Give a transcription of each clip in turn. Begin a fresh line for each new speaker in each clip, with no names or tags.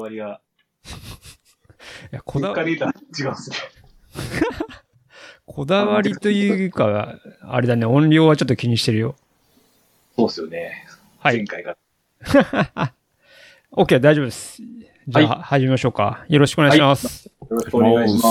わりが。
いや、
結果で言ったら違うんですね。
こだわりというか、あれだね、音量はちょっと気にしてるよ。
そうですよね。
はい。
前回が。
OK、大丈夫です。じゃあ、
は
始めましょうか。よろしくお願いします。
よろしくお願いします。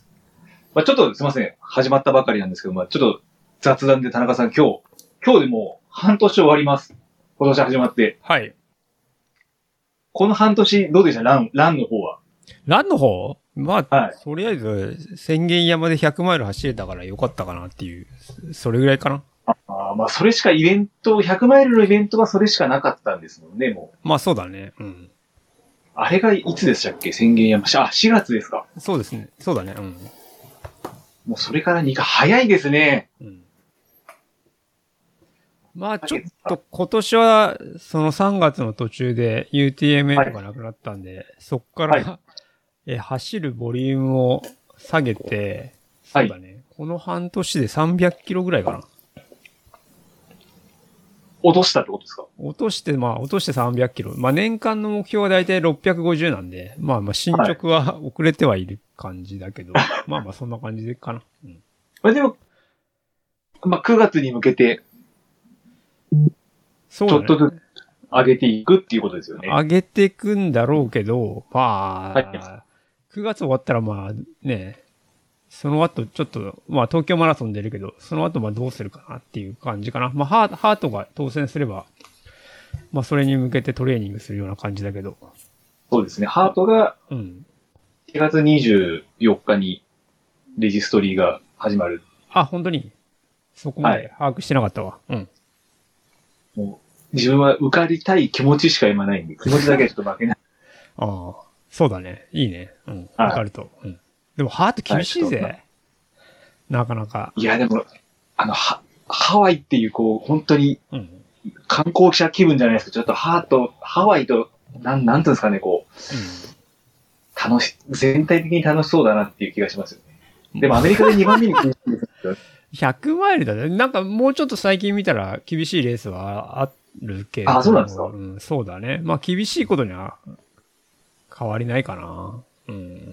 まあちょっとすいません。始まったばかりなんですけど、ちょっと雑談で田中さん今日でもう半年終わります。今年始まって。
はい。
この半年どうでしたランの方は。
ランの方まあ、
はい。
とりあえず、宣言山で100マイル走れたからよかったかなっていう、それぐらいかな。
それしかイベント、100マイルのイベントはそれしかなかったんですもんね、もう。
まあそうだね。うん。
あれがいつでしたっけ宣言山。4月ですか。
そうですね。そうだね。うん。
もうそれから2回早いですね。
うん。まあちょっと今年はその3月の途中で UTMF がなくなったんで、はい、そっから、はい、走るボリュームを下げて、そうだね。はい、この半年で300キロぐらいかな。
落としたってことですか？
落として300キロ。まあ年間の目標はだいたい650なんで、まあ進捗は遅れてはいる感じだけど、はい、まあそんな感じでかな。
うん。でも、9月に向けて、そうだね、ちょっとずつ上げていくっていうことですよね。
上げていくんだろうけど、まあ、はい、9月終わったらまあね、その後ちょっと、まあ東京マラソン出るけど、その後まあどうするかなっていう感じかな。まあハートが当選すれば、まあそれに向けてトレーニングするような感じだけど。
そうですね。ハートが、4月24日にレジストリーが始まる。
あ、本当にそこまで把握してなかったわ。はい、
もう、自分は受かりたい気持ちしか今ないんで、気持ちだけはちょっと負けない。
ああ、そうだね。いいね。うん。受かると。うん。でもハート厳しいぜ。はい、なかなか。
いや、でも、ハワイっていう、本当に、観光者気分じゃないですか。ちょっとハワイと、なんていうんですかね、全体的に楽しそうだなっていう気がしますよね。でもアメリカで2番目に厳しいですよ。
100マイルだね。なんかもうちょっと最近見たら厳しいレースはあるけど。
あ、そうなんですか？
うん、そうだね。まあ厳しいことには変わりないかな。うん。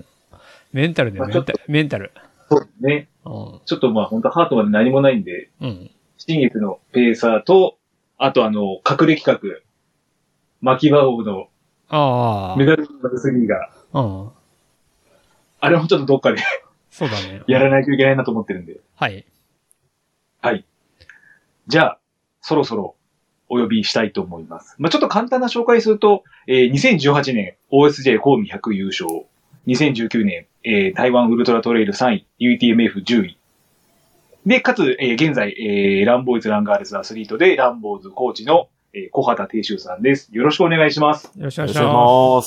メンタル。
そうですね。ちょっと本当ハートまで何もないんで、新月のペーサーと、あと隠れ企画、牧場王のメダル3が、あれもちょっとどっかで
そうだね。
やらないといけないなと思ってるんで。
はい。
はい。じゃあ、そろそろお呼びしたいと思います。ちょっと簡単な紹介すると、2018年 OSJ 神戸100優勝。2019年、台湾ウルトラトレイル3位、UTMF10 位。で、かつ、現在、ランボーイズ・ランガールズ・アスリートで、ランボーズコーチの、小畑定修さんです。よろしくお願いします。
よろしくお願いします。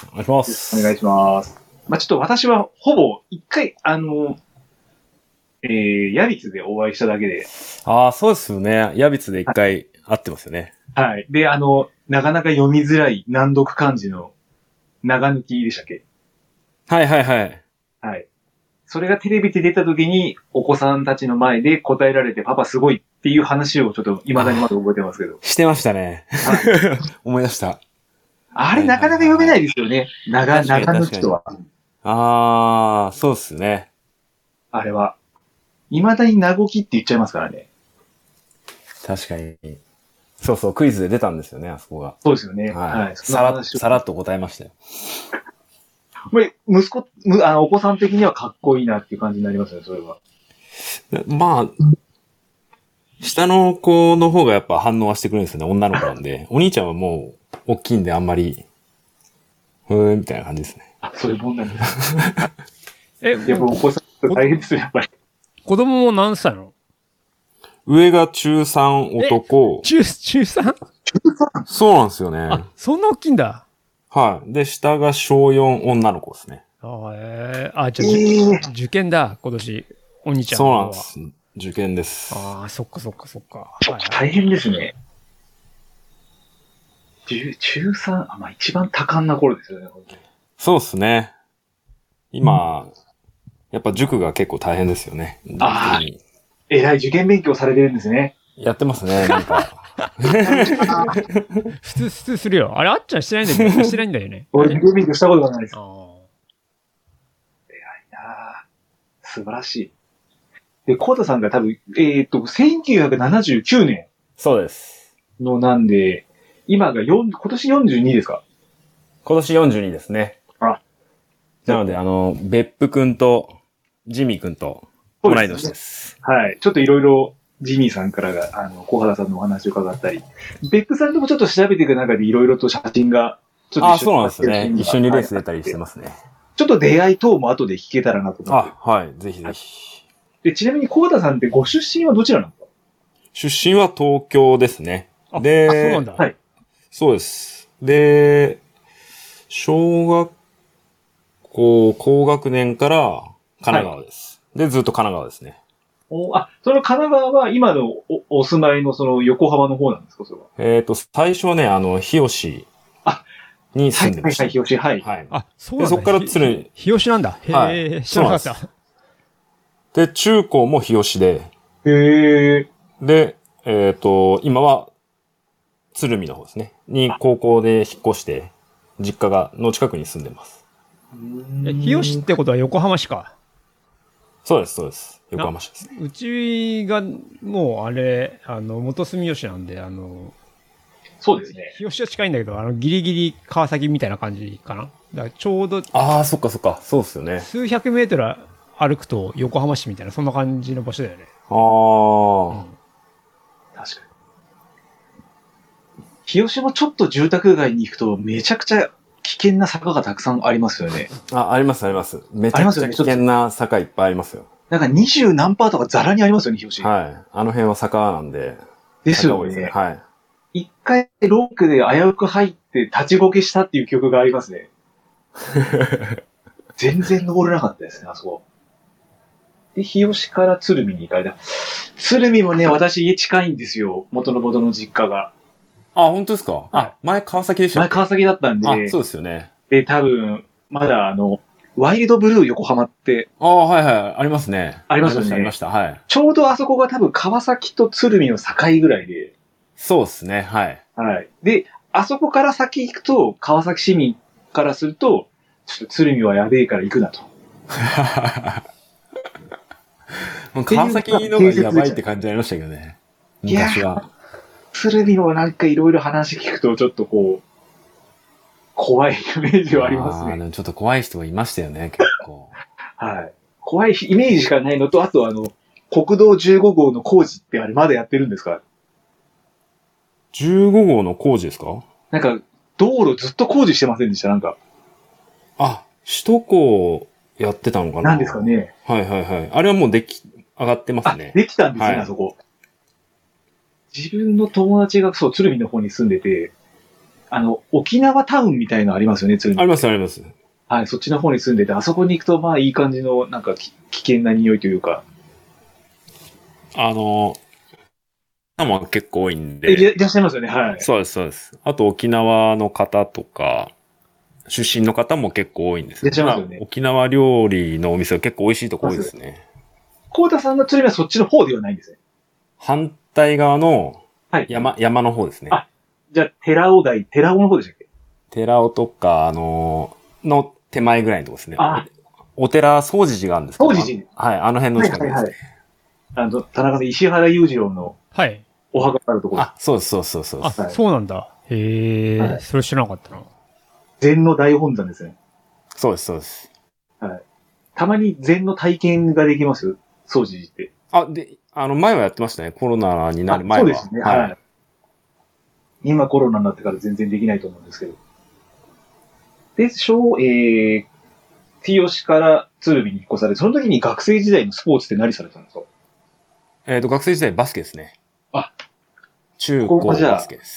お願いします。お願いします。ちょっと私はほぼ一回、ヤビツでお会いしただけで。
ああ、そうですよね。ヤビツで一回会ってますよね。
はい。で、なかなか読みづらい難読漢字の長抜きでしたっけ？
はいはいはい。
はい。それがテレビで出た時に、お子さんたちの前で答えられて、パパすごいっていう話をちょっと未だにまだ覚えてますけど。
してましたね。はい、思い出した。
あれなかなか読めないですよね。長抜きとは。
ああ、そうっすね。
あれは。未だに名ごきって言っちゃいますからね。
確かに。そうそう、クイズで出たんですよね、あそこが。
そうですよね。
はい。さらっと答えましたよ。
お子さん的にはかっこいいなっていう感じになりますね、それは。
まあ、下の子の方がやっぱ反応はしてくるんですよね、女の子なんで。お兄ちゃんはもう、大きいんであんまり、みたいな感じですね。
あ、そういうもんなんです。やっぱお子さん大変ですよ、やっぱり。
子供も何歳なの？
上が中3男。
中 3？
そうなんですよね。
あ、そんな大きいんだ。
はい。で、下が小4女の子ですね。
じゃあ、受験だ、今年。お兄ちゃん
の方は。そうなんです。受験です。
ああ、そっか。
大変ですね。中3、一番多感な頃ですよね、本当に。
そうですね。今、やっぱ塾が結構大変ですよね。
らい受験勉強されてるんですね。
やってますね、なんか。
普通するよ。あれ、あっちゃんしてないんだよね。してないんだよね。
俺、ビングしたことがないです。
あ
素晴らしい。で、コウタさんが多分、1979年
そうです。
のなんで、今年42ですか？
今年42ですね。
あ。
なので、別府くんと、ジミーくんと、同い年です。
はい。ちょっといろいろ、ジミーさんからが、小原さんのお話を伺ったり、別府さんともちょっと調べていく中でいろいろと写真が、ちょっと
そうなんですね。一緒にレース出たりしてますね。
ちょっと出会い等も後で聞けたらなと思って。
はい。ぜひぜひ。
で、ちなみにコウタさんってご出身はどちらなんですか？
出身は東京ですね。で、
そうなんだ。
はい。
そうです。で、小学校高学年から神奈川です。で、ずっと神奈川ですね。
その神奈川は今のお住まいのその横浜の方なんですか、それは。
最初はね、日吉に住んでました。
はい、日吉、はい。
はい。
そうなんだ。
で、そこから鶴見。
日吉なんだ。へえ、知らなかった。
で、中高も日吉で。
へえ。
で、今は鶴見の方ですね。に高校で引っ越して、実家の近くに住んでます。
日吉ってことは横浜市か。
そうです、そうです。横浜市ですね。
うちが、もうあれ、元住吉なんで、
そうですね。
日吉は近いんだけど、ギリギリ川崎みたいな感じかな。だからちょうど、
そっかそっか。そうですよね。
数百メートル歩くと横浜市みたいな、そんな感じの場所だよね。
確かに。日吉もちょっと住宅街に行くとめちゃくちゃ危険な坂がたくさんありますよね。
あります、あります。めちゃくちゃ危険な坂いっぱいありますよ。
なんか20何パーとかザラにありますよね、日吉。
はい。あの辺は坂なんで。
ですよね。
はい。
一回ロークで危うく入って立ちこけしたっていう記憶がありますね。全然登れなかったですね、あそこ。で、日吉から鶴見に行かれた。鶴見もね、私家近いんですよ。元の実家が。
本当ですか？前川崎でしたっけ？
前川崎だったんで。
そうですよね。
で、多分、まだワイルドブルー横浜って。
はいはい。ありますね。
ありましたね。
ありました。はい。
ちょうどあそこが多分川崎と鶴見の境ぐらいで。
そうですね。はい。
はい。で、あそこから先行くと、川崎市民からすると、ちょっと鶴見はやべえから行くなと。
もう川崎のがやばいって感じありましたけどね。昔は。
鶴見もなんかいろいろ話聞くと、ちょっとこう、怖いイメージはありますね。
ちょっと怖い人がいましたよね、結構。
はい。怖いイメージしかないのと、あと国道15号の工事ってあれまだやってるんですか
？15号の工事ですか？
なんか、道路ずっと工事してませんでしたなんか。
首都高やってたのかな？
なんですかね。
はいはいはい。あれはもう上がってますね。
できたんですね、あそこ。自分の友達がそう、鶴見の方に住んでて、沖縄タウンみたいなのありますよね、鶴見。
ありますあります。
はい、そっちの方に住んでて、あそこに行くと、まあいい感じの、なんか危険な匂いというか。
も結構多いんで。
いらっしゃいますよね、はい。
そうです、そうです。あと沖縄の方とか、出身の方も結構多いんです
いらっしゃいますよね。
沖縄料理のお店は結構美味しいとこ多いですね。
コウタさんの鶴見はそっちの方ではないんですね。
反対側の山の方ですね。
じゃあ、寺尾の方でしたっけ？
寺尾とか、の手前ぐらいのとこですね。お寺、総持寺があるんですけど。
総持寺。
はい、あの辺の近くですね。
田中さん、石原裕次郎の、
はい。
お墓があるところ。
そうです、そうです、そうです。
そうなんだ。へえ、それ知らなかったな。
禅の大本山ですね。
そうです、そうです。
はい。たまに禅の体験ができますよ、総持寺って。
で、前はやってましたね。コロナになる前は。
そうですね、はい。今コロナになってから全然できないと思うんですけど。で、日吉から鶴見に引っ越され、その時に学生時代のスポーツって何されたんですか？
学生時代バスケですね。中高バスケです。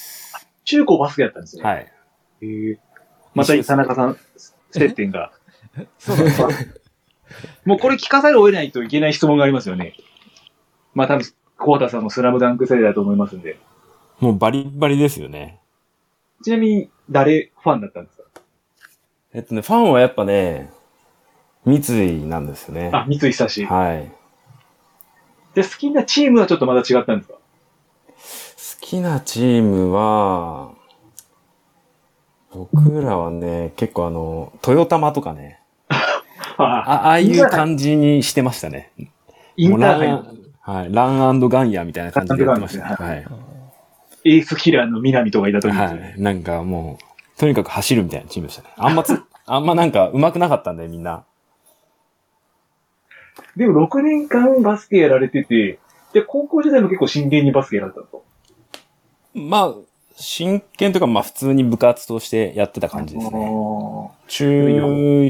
中高バスケやったんですね。
はい。
また田中さん、接点が。そうです。もうこれ聞かざるを得ないといけない質問がありますよね。まあ多分、コウタさんもスラムダンク世代だと思いますんで。
もうバリバリですよね。
ちなみに、誰ファンだったんですか？
ファンはやっぱね、三井なんですよね。
三井久志。
はい。
で、好きなチームはちょっとまた違ったんですか？
きなチームは、僕らはね、結構トヨタマとかね、ああいう感じにしてましたね。
インターハイ
もうはい。ランガンヤみたいな感じでやってましたね。はい。
エースキラーの南とかいた時ですね。
はい。なんかもう、とにかく走るみたいなチームでしたね。あんまなんか上手くなかったんで、みんな。
でも6年間バスケやられてて、で、高校時代も結構真剣にバスケやられたと。
まあ、真剣というか、まあ普通に部活としてやってた感じですね。中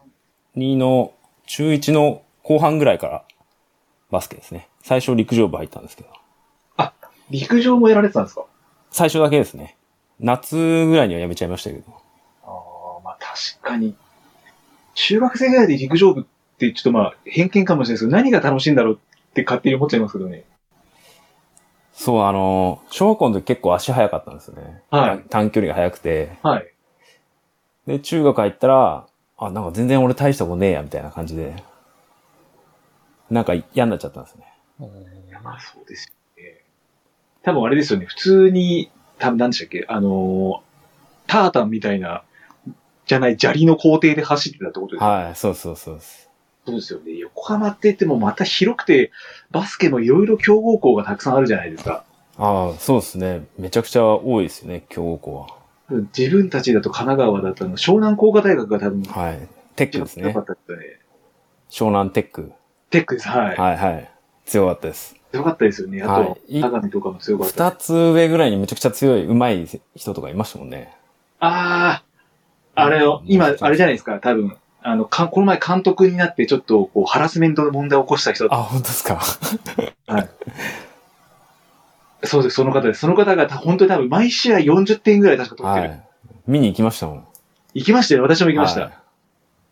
1の後半ぐらいからバスケですね。最初陸上部入ったんですけど。
あ、陸上もやられてたんですか？
最初だけですね。夏ぐらいにはやめちゃいましたけど。
まあ確かに。中学生ぐらいで陸上部ってちょっとまあ偏見かもしれないですけど、何が楽しいんだろうって勝手に思っちゃいますけどね。
そう、小学校の時結構足速かったんですよね。
はい。
短距離が速くて。
はい。
で、中学入ったら、なんか全然俺大したことねえや、みたいな感じで。なんか嫌になっちゃったんですね。
まあそうですよね。多分あれですよね。普通に、多分何でしたっけタータンみたいな、じゃない砂利の校庭で走ってたってことですよね。
はい、そうそうそうです。
そうですよね。横浜って言ってもまた広くて、バスケもいろいろ強豪校がたくさんあるじゃないですか。
ああ、そうですね。めちゃくちゃ多いですよね、強豪校は。
自分たちだと神奈川だったの、湘南工科大学が多分、
はい。テックですね。
強かったですよね。
湘南テック。
テックです、はい。
はいはい。強かったです。
強かったですよね。あと、
はい、
相模とかも強かった。
二つ上ぐらいにめちゃくちゃ強い、上手い人とかいましたもんね。
あれを、今、あれじゃないですか、多分。この前監督になってちょっと、こう、ハラスメントの問題を起こした人。
あ、本当ですか。
はい。そうです、その方です。その方が本当に多分毎試合40点ぐらい確か取ってる。はい。
見に行きましたもん。
行きましたよ、私も行きました。はい、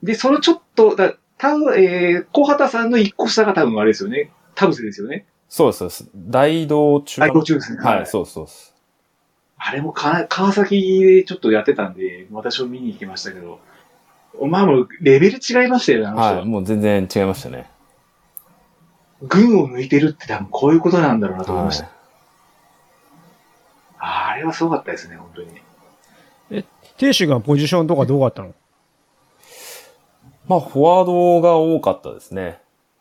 で、そのちょっと、小畑さんの一個下が多分あれですよね。田臥ですよね。
そうです、そうです。大道中。
大道中ですね。
はい、そうそうです。
あれも川崎でちょっとやってたんで、私も見に行きましたけど、まあもうレベル違いましたよね、あの人は。
はい、もう全然違いましたね。
群を抜いてるって多分こういうことなんだろうなと思いました。はい、あれはすごかったですね、本当に。
亭主がポジションとかどうだったの？
まあ、フォワードが多かったですね。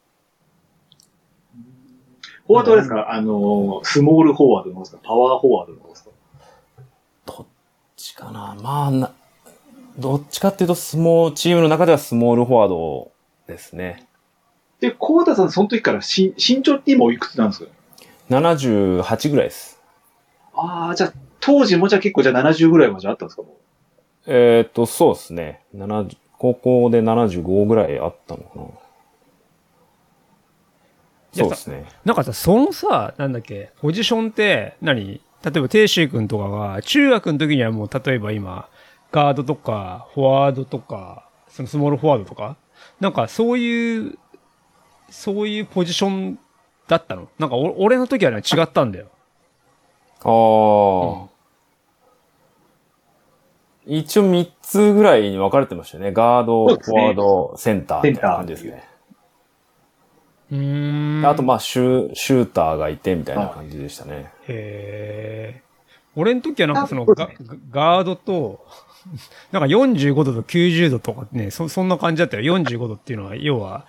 フォワードはですか？スモールフォワードの方ですか？パワーフォワードの方ですか？
どっちかな？まあどっちかっていうとチームの中ではスモールフォワードですね。
で、小畑さんその時から身長って今おいくつなんですか
？78ぐらいです。
ああ、じゃあ、当時もじゃあ結構じゃあ70ぐらいまであったんですかも
う？そうですね。高校で75ぐらいあったのかな。そうですね。
なんかさ、そのさ、なんだっけ、ポジションって例えば、ていしゅうくんとかが、中学の時にはもう、例えば今、ガードとか、フォワードとか、そのスモールフォワードとか、なんかそういうポジションだったの？なんか俺の時はね、違ったんだよ。
ああ。一応3つぐらいに分かれてましたよね。ガード、フォワード、センターみたいな感じですね。あと、まあ、シューターがいてみたいな感じでしたね。
へー。俺の時はなんかそのガードと、なんか45度と90度とかね、そんな感じだったよ。45度っていうのは、要は、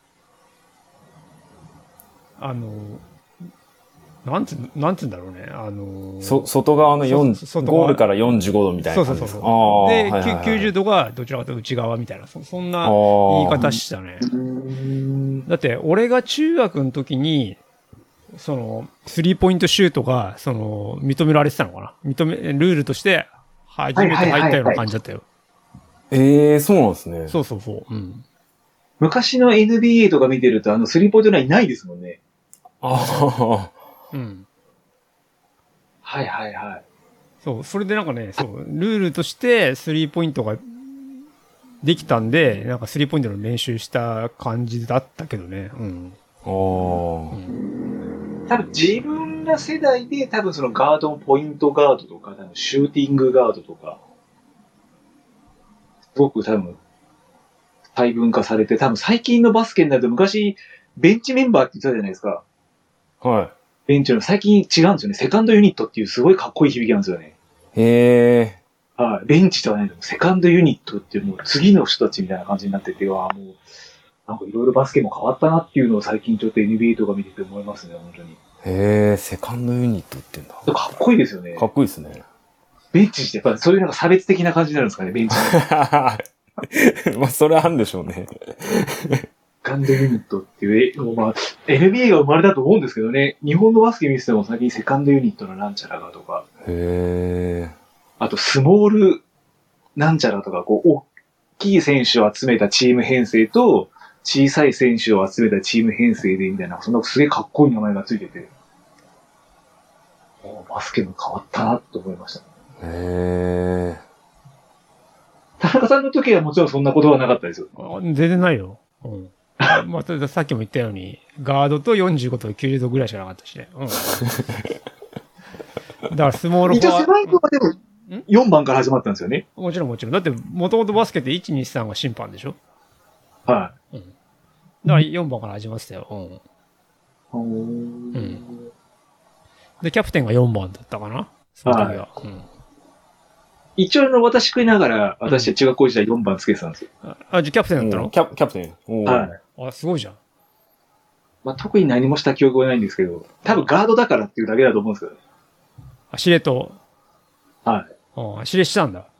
なんつうんだろうね。
外側のゴールから45度みたいな感じですか。
で、90度がどちらかというと内側みたいな、そんな言い方したね。だって、俺が中学の時に、スリーポイントシュートが、認められてたのかな？ルールとして、初めて入ったような感じだったよ。
そうなんですね。
そう。うん。
昔の NBA とか見てると、スリーポイントラインないですもんね。
ああ。うん。
はい。
そう、それでなんかね、ルールとしてスリーポイントができたんで、なんかスリーポイントの練習した感じだったけどね。うん。
多分自分ら世代で多分そのガードのポイントガードとか、多分シューティングガードとか、すごく多分細分化されて、多分最近のバスケになると昔ベンチメンバーって言ってたじゃないですか。
はい。
ベンチの最近違うんですよね。セカンドユニットっていうすごいかっこいい響きなんですよね。
へえ。
はい。ベンチではないんです。セカンドユニットっていうもう次の人たちみたいな感じになってて、もう、なんかいろいろバスケも変わったなっていうのを最近ちょっと NBA とか見てて思いますね、本当に。
へえ、セカンドユニットって言うんだ。
かっこいいですよね。
かっこいいですね。
ベンチってやっぱりそういうなんか差別的な感じになるんですかね、ベンチの。
まあ、それはあるんでしょうね。
セカンドユニットっていう、もうまあ、NBA が生まれたと思うんですけどね、日本のバスケ見てても最近セカンドユニットのなんちゃらがとか、
へえ。
あとスモールなんちゃらとか、こう、大きい選手を集めたチーム編成と、小さい選手を集めたチーム編成でみたいな、そんなすげえかっこいい名前がついてて、バスケも変わったなと思いました。
へえ。
田中さんの時はもちろんそんなことはなかったですよ。
全然ないよ。うん。まあ、たださっきも言ったように、ガードと45度と90度ぐらいしかなかったしね。うん。だからスモール
一応狭いとこでも
ん
4番から始まったんですよね。
もちろんもちろん。だって、もともとバスケって1、2、3が審判でしょ？
は
うん。だから4番から始まってたよ。
い。
んで、キャプテンが4番だったかなその時は。うん。
一応私食いながら、私は中学校時代4番つけてたんですよ。
あ、じゃあキャプテンだったの？
キャプテン。おー
はい。
あ、すごいじゃん。
まあ、特に何もした記憶はないんですけど、多分ガードだからっていうだけだと思うんですけど。
あ、司令塔。
はい。
司令したんだ。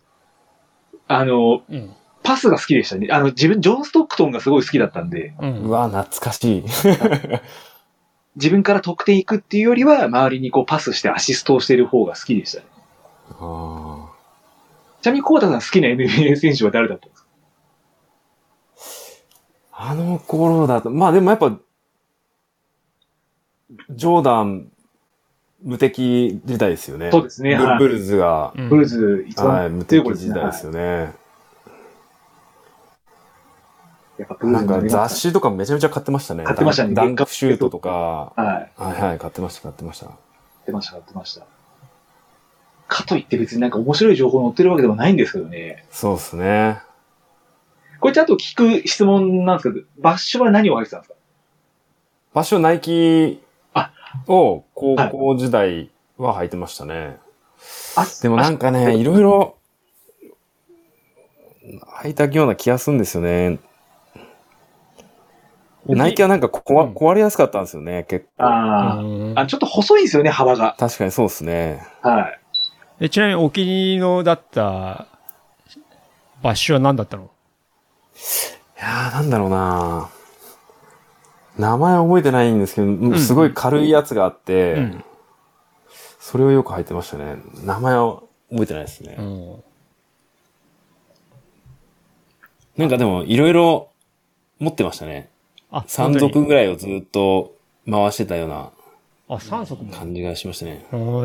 うん。
パスが好きでしたね。自分、ジョン・ストックトンがすごい好きだったんで、
うん。
うわ、懐かしい。
自分から得点いくっていうよりは、周りにこうパスしてアシストをしてる方が好きでしたね。
あ
ちなみに、コウタさん好きな NBA 選手は誰だったんですか？
あの頃だと、まあでもやっぱ、ジョーダン、無敵時代ですよね。
そうですねはい
ブルズが、
うん
ブルーズ一
はい、
番
無敵
強い子ですね。
時代ですよね。
やっぱブルー
なんか
ズになりました
雑誌とかめちゃめちゃ買ってましたね。
買ってましたね
ダンクシュートとか、
はい。
はいはい、買ってました。
買ってました。かといって別になんか面白い情報載ってるわけでもないんですけどね。
そうですね。
これちゃんと聞く質問なんですけど、バッシュは何を入ってたんですか？
ファッションナイキ
あ
を高校時代は履いてましたね。
あ
でもなんかね、いろいろ履いたような気がするんですよね。ナイキはなんか壊れやすかったんですよね、結構。
ちょっと細いんですよね、幅が。
確かにそうですね。
はい。
ちなみにお気に入りのだったバッシュは何だったの？
いやー、なんだろうな名前覚えてないんですけど、すごい軽いやつがあって、
うん。
それをよく履いてましたね。名前は覚えてないですね。なんかでも、いろいろ持ってましたね。
あ、
3足ぐらいをずっと回してたような
あ、3足も。
感じがしましたね。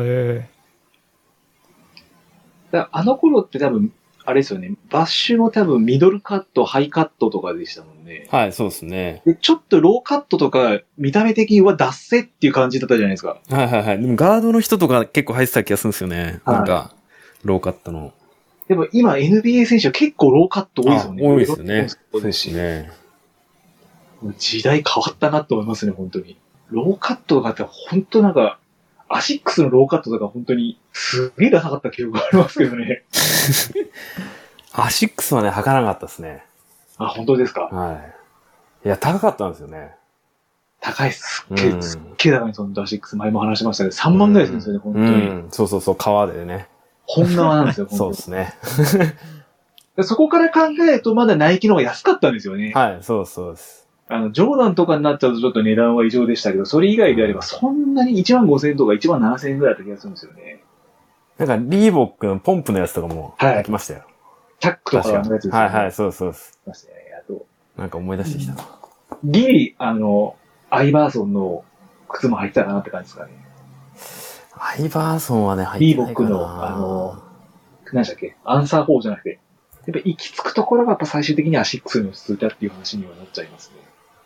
あの頃って多分、あれですよね、バッシュも多分ミドルカット、ハイカットとかでしたもんね。
はい、そうですね。
で、ちょっとローカットとか、見た目的には脱せっていう感じだったじゃないですか。
はいはいはい。でもガードの人とか結構入ってた気がするんですよね。
はい
なんか、ローカットの。
でも今 NBA 選手は結構ローカット多いですよね。
多いですよね。
そうですし
ね。
時代変わったなと思いますね、本当に。ローカットとかって本当なんか、アシックスのローカットとか本当にすげえダサかった記憶がありますけどね。
アシックスはね、履かなかったですね。
あ、本当ですか？
はい。いや、高かったんですよね。
高いっす。すっげえ高いんです、アシックス。前も話しましたけど、3万ぐらいするんですよね、本当に。
そうそうそう、革でね。
本革なんですよ、
そうですね。
そこから考えるとまだナイキの方が安かったんですよね。
はい、そうそうです。
ジョーダンとかになっちゃうとちょっと値段は異常でしたけど、それ以外であればそんなに1万5000円とか1万7000円ぐらいだった気がするんですよね。
なんか、リーボックのポンプのやつとかも履きましたよ。
チャックとかのやつですよね。
はいはい、そうそうです。
あと、
なんか思い出してきた。
ギリ、アイバーソンの靴も入ってたかなって感じですかね。
アイバーソンはね、入ってないかな。
リーボックの、何でしたっけ？アンサー4じゃなくて。やっぱ行き着くところがやっぱ最終的にアシックスに落ち着いたっていう話にはなっちゃいますね。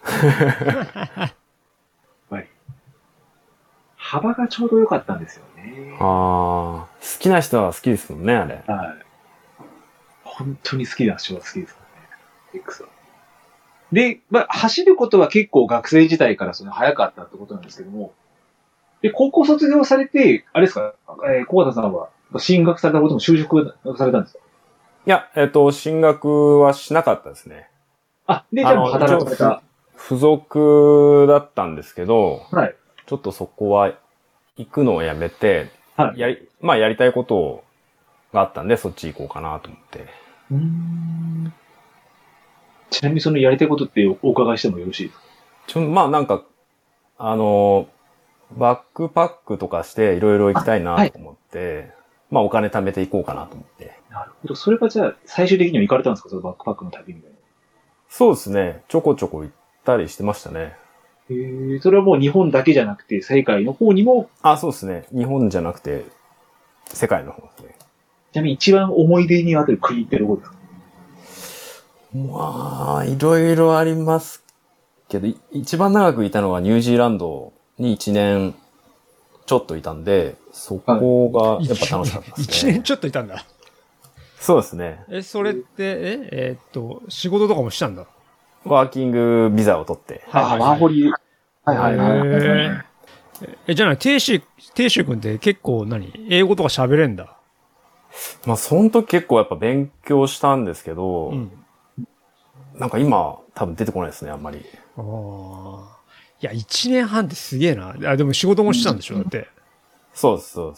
はい。幅がちょうど良かったんですよね。
好きな人は好きですもんね、あれ。
はい。本当に好きな人は好きですからね。X は。で、走ることは結構学生時代からその早かったってことなんですけども、 で、高校卒業されて、あれですか、小畑さんは進学されたことも就職されたんですか？
いや、進学はしなかったですね。
あ、で、じゃあもう働かれた。
付属だったんですけど、
はい。
ちょっとそこは行くのをやめて、
はい。
やりたいことがあったんで、そっち行こうかなと思って。
ちなみにそのやりたいことってお伺いしてもよろしいですか？
なんか、バックパックとかしていろいろ行きたいなと思って、はい、お金貯めていこうかなと思って。な
るほど。それがじゃあ、最終的には行かれたんですか？そのバックパックの旅みたいな。
そうですね。ちょこちょこ行ったりしてましたね。
それはもう日本だけじゃなくて、世界の方にも？
そうですね。日本じゃなくて、世界の方ですね。
ちなみに一番思い出にあたる国ってどこですか？
いろいろありますけど、一番長くいたのはニュージーランドに1年ちょっといたんで、そこがやっぱ楽しかったですね。
1年ちょっといたんだ。
そうですね。
それって、仕事とかもしたんだ。
ワーキングビザを取って。
ワーホリ。はいはいはい。
じゃあ定州君って結構英語とか喋れんだ？
その時結構やっぱ勉強したんですけど、なんか今多分出てこないですね、あんまり。い
や、1年半ってすげえな。でも仕事もしたんでしょ、だって。
そうです、そうです。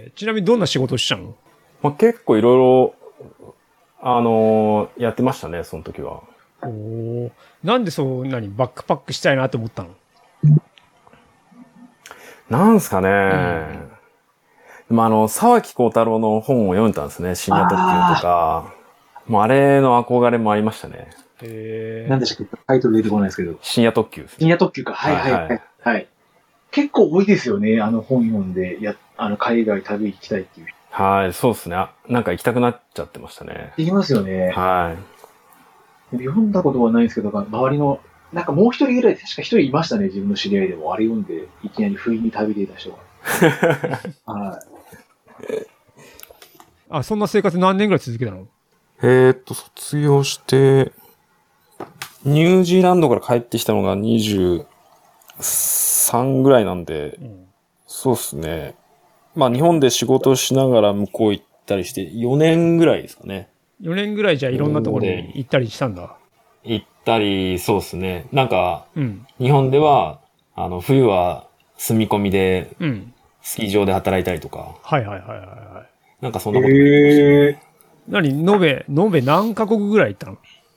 ちなみにどんな仕事したの？
結構いろいろ、やってましたね、その時は。
なんでバックパックしたいなって思ったの？
なんすかね。沢木耕太郎の本を読んだんですね。深夜特急とか。あれの憧れもありましたね。
何でしたっけ？タイトル出てこないですけど。
深夜特急。
深夜特急か。はいはいはい。はい。結構多いですよね。本読んで、海外旅行きたいっていう。
はい、そうですね。なんか行きたくなっちゃってましたね。
行きますよね。
はい。
読んだことはないんですけど、周りの、なんかもう一人ぐらい、確か一人いましたね。自分の知り合いでも。あれ読んで、いきなり不意に旅でいた人が。はい。
そんな生活何年ぐらい続けたの？
卒業して、ニュージーランドから帰ってきたのが23ぐらいなんで、そうですね。日本で仕事をしながら向こう行ったりして4年ぐらいですかね。
4年ぐらいじゃあいろんなところに行ったりしたんだ。
行ったり、そうですね。なんか、日本では、冬は住み込みで、スキー場で働いたりとか。
はいはいはいはい。
なんかそんなことや
ってました。延べ何カ国ぐらい行ったの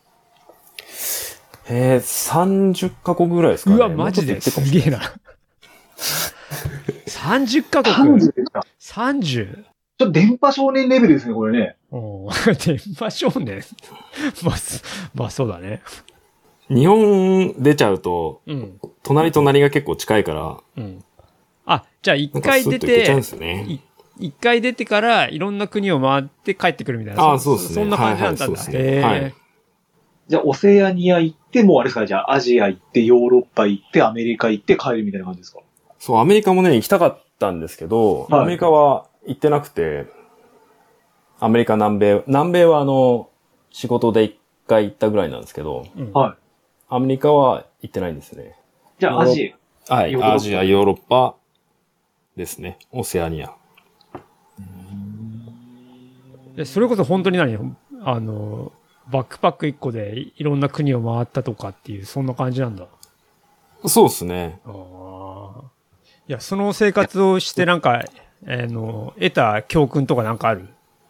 ？30カ国ぐらいですかね。
うわ、マジですげえな。30カ国 ?30?
ちょっと電波少年レベルですね、これね。
電波少年そうだね。
日本出ちゃうと、隣が結構近いから、
じゃあ一回出て、一回出てからいろんな国を回って帰ってくるみたいな。
そうですね。
そんな感じなんだ。はい。
じゃあ、オセアニア行って、もうあれですか、じゃあ、アジア行って、ヨーロッパ行って、アメリカ行って帰るみたいな感じですか？
そう、アメリカもね、行きたかったんですけど、アメリカは行ってなくて、アメリカ、南米は仕事で一回行ったぐらいなんですけど、アメリカは行ってないんですね。
じゃあ、アジ
ア。はい、アジア、ヨーロッパですね。オセアニア。
それこそ本当にバックパック1個でいろんな国を回ったとかっていう、そんな感じなんだ。
そうですね。
いや、その生活をしてなんか、得た教訓とかなんかある？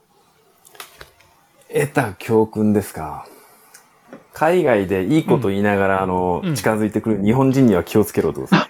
得た教訓ですか。海外でいいこと言いながら、近づいてくる日本人には気をつけろってことです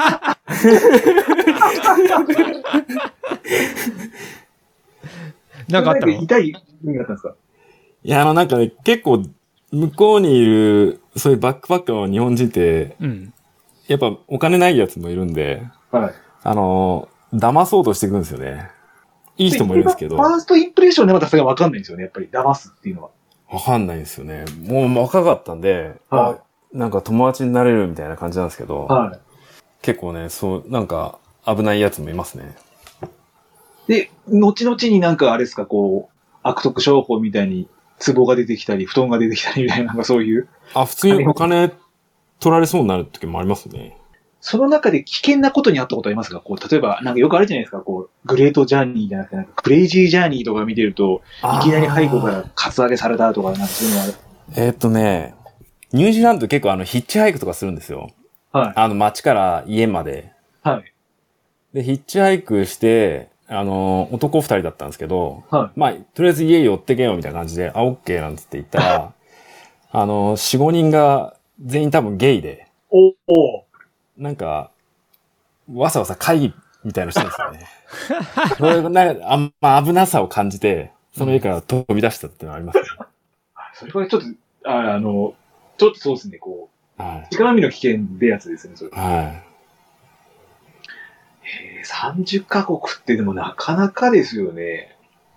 なんかあったの？痛い意味だったんですか？
いや、なんかね、結構、向こうにいる、そういうバックパッカーの日本人って、やっぱお金ないやつもいるんで、騙そうとしてくるんですよね。いい人もいるんですけど。
ファーストインプレッションでまたそれがわかんないんですよね、やっぱり。騙すっていうのは。
わかんないんですよね。もう若かったんで、なんか友達になれるみたいな感じなんですけど、結構ね、なんか危ないやつもいますね。
で、後々になんかあれですか、悪徳商法みたいに、壺が出てきたり、布団が出てきたりみたいな、なんかそういう。
普通にお金取られそうになる時もありますね。
その中で危険なことにあったことありますか？こう、例えば、なんかよくあるじゃないですか、こう、グレートジャーニーじゃなくて、なんかクレイジージャーニーとか見てると、いきなり背後からカツアゲされたとか、なんかそういうのがある。
ニュージーランド結構ヒッチハイクとかするんですよ。
はい。
街から家まで。
はい。
で、ヒッチハイクして、男二人だったんですけど、
はい。
まあ、とりあえず家寄ってけよみたいな感じで、オッケーなんつって言ったら、四五人が全員多分ゲイで、
お。
なんか、わさわさ会議みたいなのしてるんですよね。それがなんか危なさを感じて、その家から飛び出したっていうのはありますね。
それはちょっと、ちょっとそうですね、こう、はい。力みの危険でやつですね、それ。
はい。
30カ国ってでもなかなかですよね。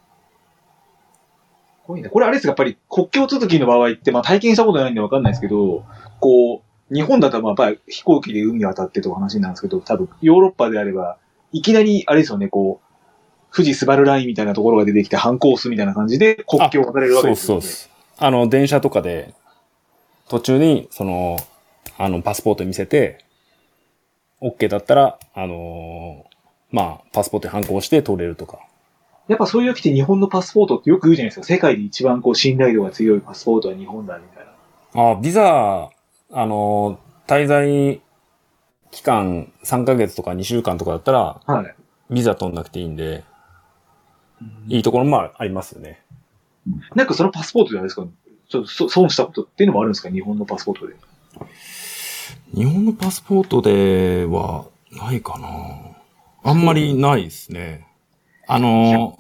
すごいな。これあれですか、やっぱり国境続きの場合って、まあ体験したことないんでわかんないですけど、こう、日本だとまあやっぱり飛行機で海渡ってとか話なんですけど、多分ヨーロッパであれば、いきなりあれですよね、こう、富士スバルラインみたいなところが出てきて反コースみたいな感じで国境を渡れるわけですよね。
そう。電車とかで、途中に、パスポート見せて、OK だったら、まあ、パスポートに反抗して通れるとか。
やっぱそういう時って日本のパスポートってよく言うじゃないですか。世界で一番こう信頼度が強いパスポートは日本だみたいな。
ビザ、滞在期間3ヶ月とか2週間とかだったら、はい。ビザ取んなくていいんで、いいところもありますよね。
なんかそのパスポートじゃないですか。ちょっと損したことっていうのもあるんですか？日本のパスポートで。
日本のパスポートではないかな。あんまりないですね。はい。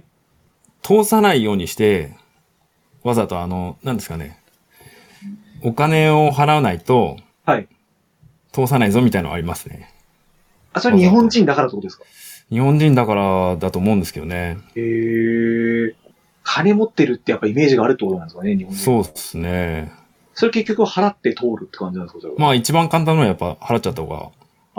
通さないようにして、わざと何ですかね。お金を払わないと、はい。通さないぞみたいなのありますね。
あ、それ日本人だからってことですか？
日本人だからだと思うんですけどね。
金持ってるってやっぱイメージがあるってことなんですかね、日本人。
そうですね。
それ結局払って通るって感じなんですか、それは。
まあ一番簡単なのはやっぱ払っちゃった方が。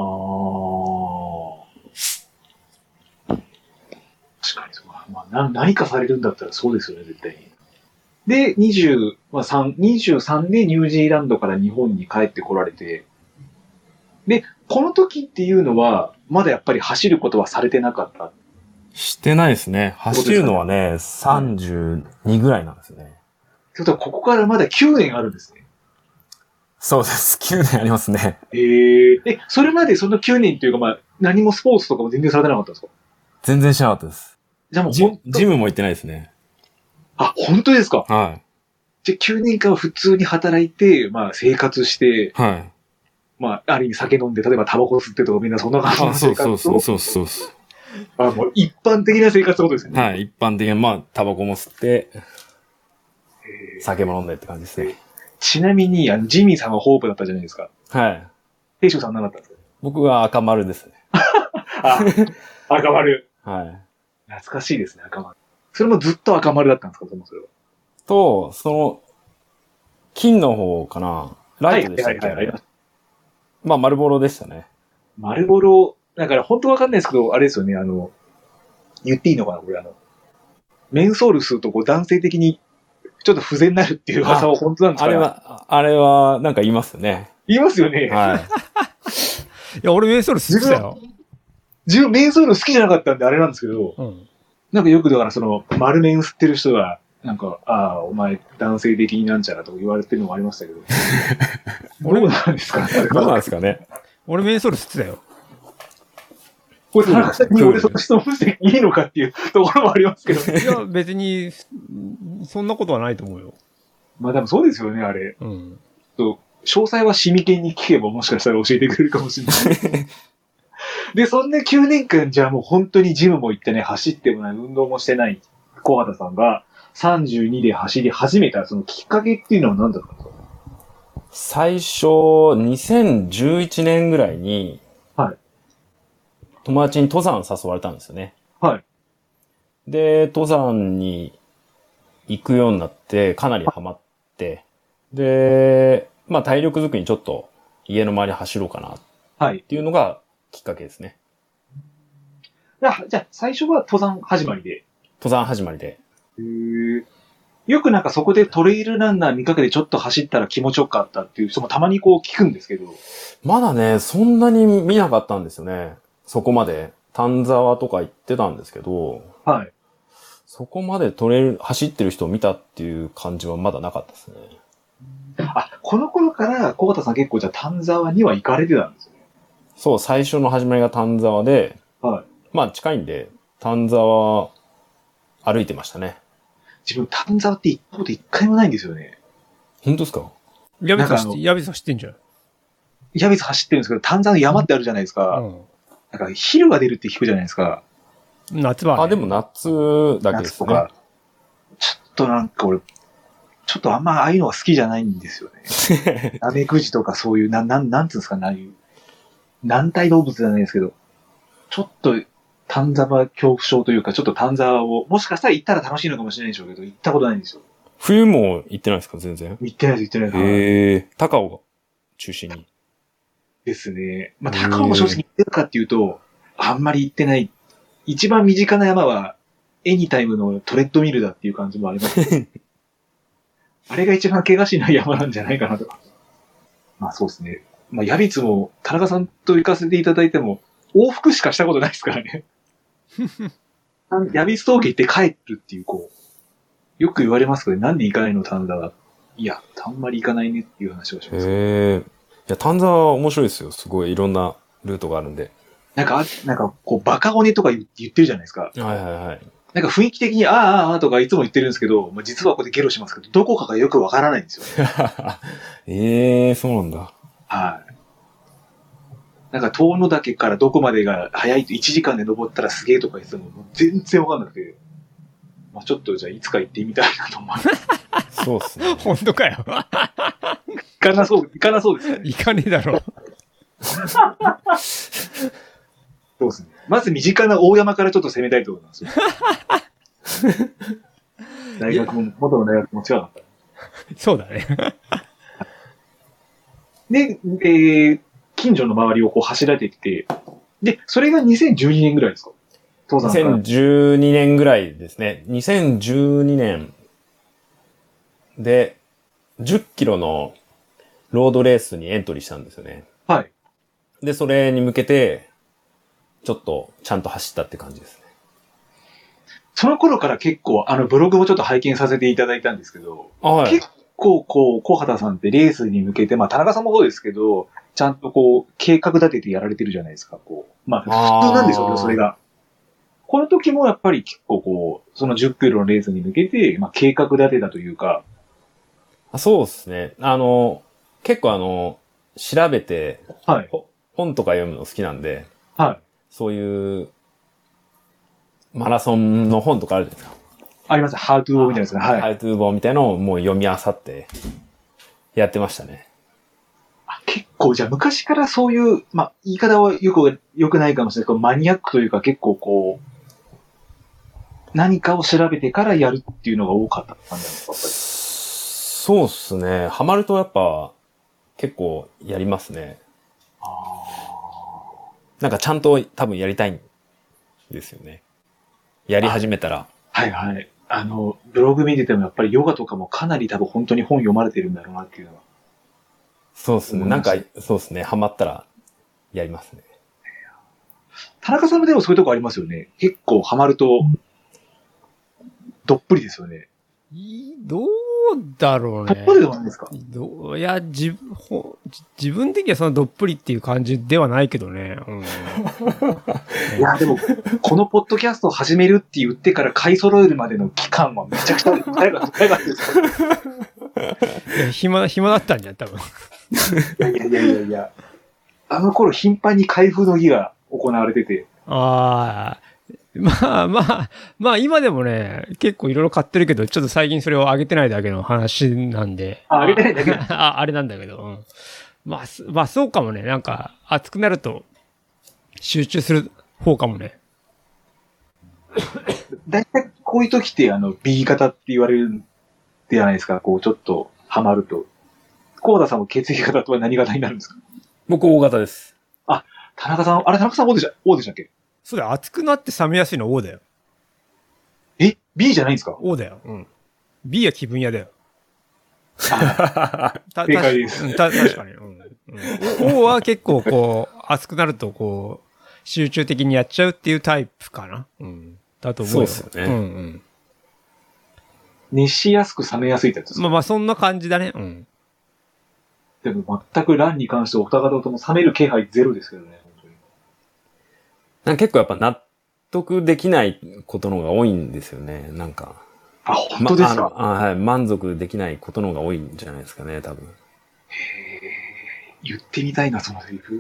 確かにそうか。まあ何かされるんだったらそうですよね、絶対に。で、23でニュージーランドから日本に帰ってこられて、で、この時っていうのは、まだやっぱり走ることはされてなかった。
してないですね。走るのはね、32ぐらいなんですね。という
ことは、ここからまだ9年あるんですね。
そうです。9年ありますね。
それまでその9年っていうか、まあ、何もスポーツとかも全然されてなかったんですか？
全然しなかったです。
じゃあもう
ジムも行ってないですね。
あ、本当ですか？
はい。
じゃあ9年間は普通に働いて、まあ生活して、
はい。
まあ、ある意味酒飲んで、例えばタバコ吸ってとかみんなそんな感じの生活を。
そう。
もう一般的な生活ってことですね。
はい、一般的な、まあ、タバコも吸って、酒も飲んでって感じですね。
ちなみに、ジミーさんはホープだったじゃないですか。
はい。
兵士さん何だったんですか？
僕は赤丸ですね。
赤丸。
はい。
懐かしいですね、赤丸。それもずっと赤丸だったんですか、それ
は。金の方かな。ライトでしたっけ？はい。まあ、丸ボロでしたね。
丸ボロ、だから本当わかんないですけど、あれですよね、言っていいのかな、これメンソール吸うとこう男性的にちょっと不全になるっていう噂は本当なんですか？
あれは、なんか言いますよね。
言いますよね。
はい。
いや、俺メンソール吸ってたよ。
自分メンソール好きじゃなかったんであれなんですけど、なんかよくだから丸メン吸ってる人が、なんか、お前男性的になんちゃらと言われてるのもありましたけど。どうなんですか？
どうなんですかね。
俺メンソール吸ってたよ。
これ、田中さんに俺その質問していいのかっていうところもありますけど。
いや、別に、そんなことはないと思うよ。
まあでもそうですよね、あれ。詳細はシミケンに聞けばもしかしたら教えてくれるかもしれない。で、そんな9年間じゃあもう本当にジムも行ってね、走ってもない、運動もしてない小畑さんが32で走り始めたそのきっかけっていうのは何だったんですか？
最初、2011年ぐらいに、はい。友達に登山誘われたんですよね。
はい。
で、登山に行くようになって、かなりハマって、で、まあ体力づくりにちょっと家の周り走ろうかな。はい。っていうのがきっかけですね。
じゃあ最初は登山始まりで。
登山始まりで。
よくなんかそこでトレイルランナー見かけてちょっと走ったら気持ちよかったっていう人もたまにこう聞くんですけど。
まだね、そんなに見なかったんですよね。そこまで。丹沢とか行ってたんですけど。
はい。
そこまでトレイル、走ってる人を見たっていう感じはまだなかったですね。
あ、この頃から小畑さん結構じゃあ丹沢には行かれてたんですよね。
そう、最初の始まりが丹沢で、
はい。
まあ近いんで、丹沢歩いてましたね。
自分丹沢って行ったこと一回もないんですよね。
本当ですか？
ヤビス走ってんじゃん。
ヤビス走ってるんですけど、丹沢の山ってあるじゃないですか。なんか昼が出るって聞くじゃないですか。
夏は、ね。
あ、でも夏だけですね。夏とか。
ちょっとなんか俺、ちょっとあんまああいうのが好きじゃないんですよね。ナメクジとかそういう、なんつうんですかね、ああいう、軟体動物じゃないですけど、ちょっと丹沢恐怖症というか、ちょっと丹沢を、もしかしたら行ったら楽しいのかもしれないでしょうけど、行ったことないんですよ。
冬も行ってないですか、全然？
行ってないです。
高尾が中心に。
ですね。まあ、高尾も正直行ってるかっていうと、あんまり行ってない。一番身近な山は、エニタイムのトレッドミルだっていう感じもあります。あれが一番怪我しない山なんじゃないかなと。まあそうですね。まあ、ヤビツも、田中さんと行かせていただいても、往復しかしたことないですからね。ヤビツ峠行って帰るっていう、こう、よく言われますけど、なんで行かないの、丹沢。いや、あんまり行かないねっていう話をします。
いや、丹沢は面白いですよ。すごいいろんなルートがあるんで。
なんかこう、バカ骨とか言ってるじゃないですか。
はいはいはい。
なんか雰囲気的に、ああとかいつも言ってるんですけど、まあ、実はここでゲロしますけど、どこかがよくわからないんですよね。
そうなんだ。
はい。なんか遠野岳からどこまでが早いと1時間で登ったらすげえとか言っても全然わかんなくて、まあ、ちょっとじゃあいつか行ってみたいなと思います。
そうっすね。
本当かよ。
行かなそうですね。
行かねえだろ。
そうですね。まず身近な大山からちょっと攻めたいと思いますよ。元の大学も違かった。
そうだね。
で、近所の周りをこう走られてきて、で、それが2012年ぐらいですか
？2012年ぐらいですね。2012年で、10キロのロードレースにエントリーしたんですよね。
はい。
で、それに向けて、ちょっとちゃんと走ったって感じですね。
その頃から結構、ブログもちょっと拝見させていただいたんですけど、
はい、
結構こう、小畑さんってレースに向けて、まあ田中さんもそうですけど、ちゃんとこう、計画立ててやられてるじゃないですか、こう。まあ、普通なんですよね、それが。この時もやっぱり結構こう、その10キロのレースに向けて、まあ計画立てたというか。
そうですね。結構調べて、
はい。
本とか読むの好きなんで、
はい。
そういう、マラソンの本とかあるじゃないですか。
あります。ハウトゥー本みたいなやつね。はい。
ハウトゥー本みたいなのをもう読み漁って、やってましたね。
結構、じゃあ昔からそういう、まあ、言い方はよくないかもしれないけど、マニアックというか結構こう、何かを調べてからやるっていうのが多かった感じなんですか、やっぱり。
そうっすね。ハマるとやっぱ、結構やりますね。なんかちゃんと多分やりたいんですよね。やり始めたら。
はいはい。ブログ見ててもやっぱりヨガとかもかなり多分本当に本読まれてるんだろうなっていうのは。
そうですね。なんか、そうですね。ハマったらやりますね。
田中さんもでもそういうとこありますよね。結構ハマると、どっぷりですよね。
どうだろうね。
どっぷりでもないですか？
いや、自分的にはそのどっぷりっていう感じではないけどね。うん、
いや、でも、このポッドキャストを始めるって言ってから買い揃えるまでの期間はめちゃくちゃ早かったですよ。
暇だったんじゃん、多分。
いや。あの頃頻繁に開封の儀が行われてて。
ああ。まあ、今でもね、結構いろいろ買ってるけど、ちょっと最近それを上げてないだけの話なんで。
上げてないだけ
あれなんだけど、うん。まあ、そうかもね。なんか、熱くなると、集中する方かもね。
だいたいこういう時って、B 型って言われるじゃないですか。こう、ちょっとハマると。コーダさんも血液型とは何型になるんですか？
僕、O 型です。
あ、田中さん O でしたっけ？
そうだよ。熱くなって冷めやすいの O だよ。
え ?B じゃないんですか？
O だよ。うん。 B は気分屋だよ。
正解です。
確かに。O は結構こう、熱くなるとこう、集中的にやっちゃうっていうタイプかな。だと思うよ。
そうですよね。
熱しやすく冷めやすいってやつですか？
まあそんな感じだね。
でも全くランに関してお二方とも冷める気配ゼロですけどね、本
当に。結構やっぱ納得できないことの方が多いんですよね、なんか。
あ、本当ですか？
はい。満足できないことの方が多いんじゃないですかね、多分。
言ってみたいな、そのセリフ。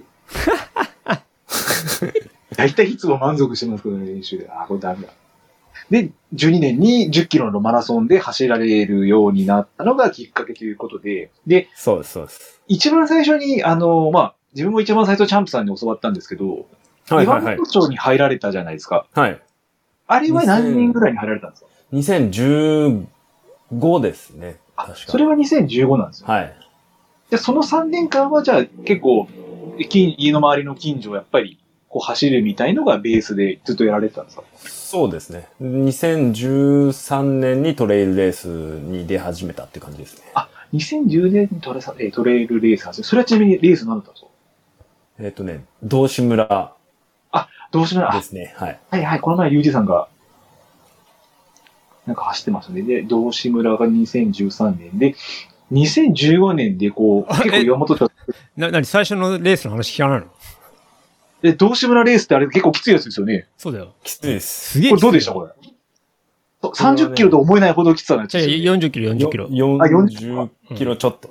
大体いつも満足してますけどね、練習で。これダメだ。で、12年に10キロのマラソンで走られるようになったのがきっかけということで、で、
そうです。
一番最初に、自分も一番最初チャンプさんに教わったんですけど、岩本町に入られたじゃないですか。
はい。
あれは何人ぐらいに入られたんですか？
2015ですね。確か。
それは2015なんですよ。
はい。
で、その3年間はじゃあ結構、家の周りの近所をやっぱりこう走るみたいのがベースでずっとやられてたんですか？
そうですね。2013年にトレイルレースに出始めたって感じですね。
2010年にトレイルレース始め、それはちなみにレース何だったんですか？
道志村。
道志村
ですね。はい。
はい、この前、リュウジさんが、なんか走ってましたね。で、道志村が2013年で、2015年でこう、結構岩本町。
最初のレースの話聞かないの？
道志村レースってあれ結構きついやつですよね。
そうだよ。
きついです。
すげえ。
これどうでしたこれ。30キロと思えないほどきつさなやつですよね。
40キロ。
40キロちょっと。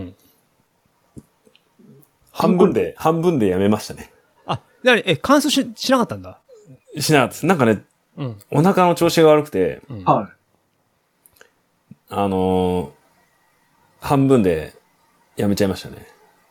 半分でやめましたね。
だから完走しなかったんだ？
しなかったです。なんかね、お腹の調子が悪くて、
はい。
半分でやめちゃいましたね。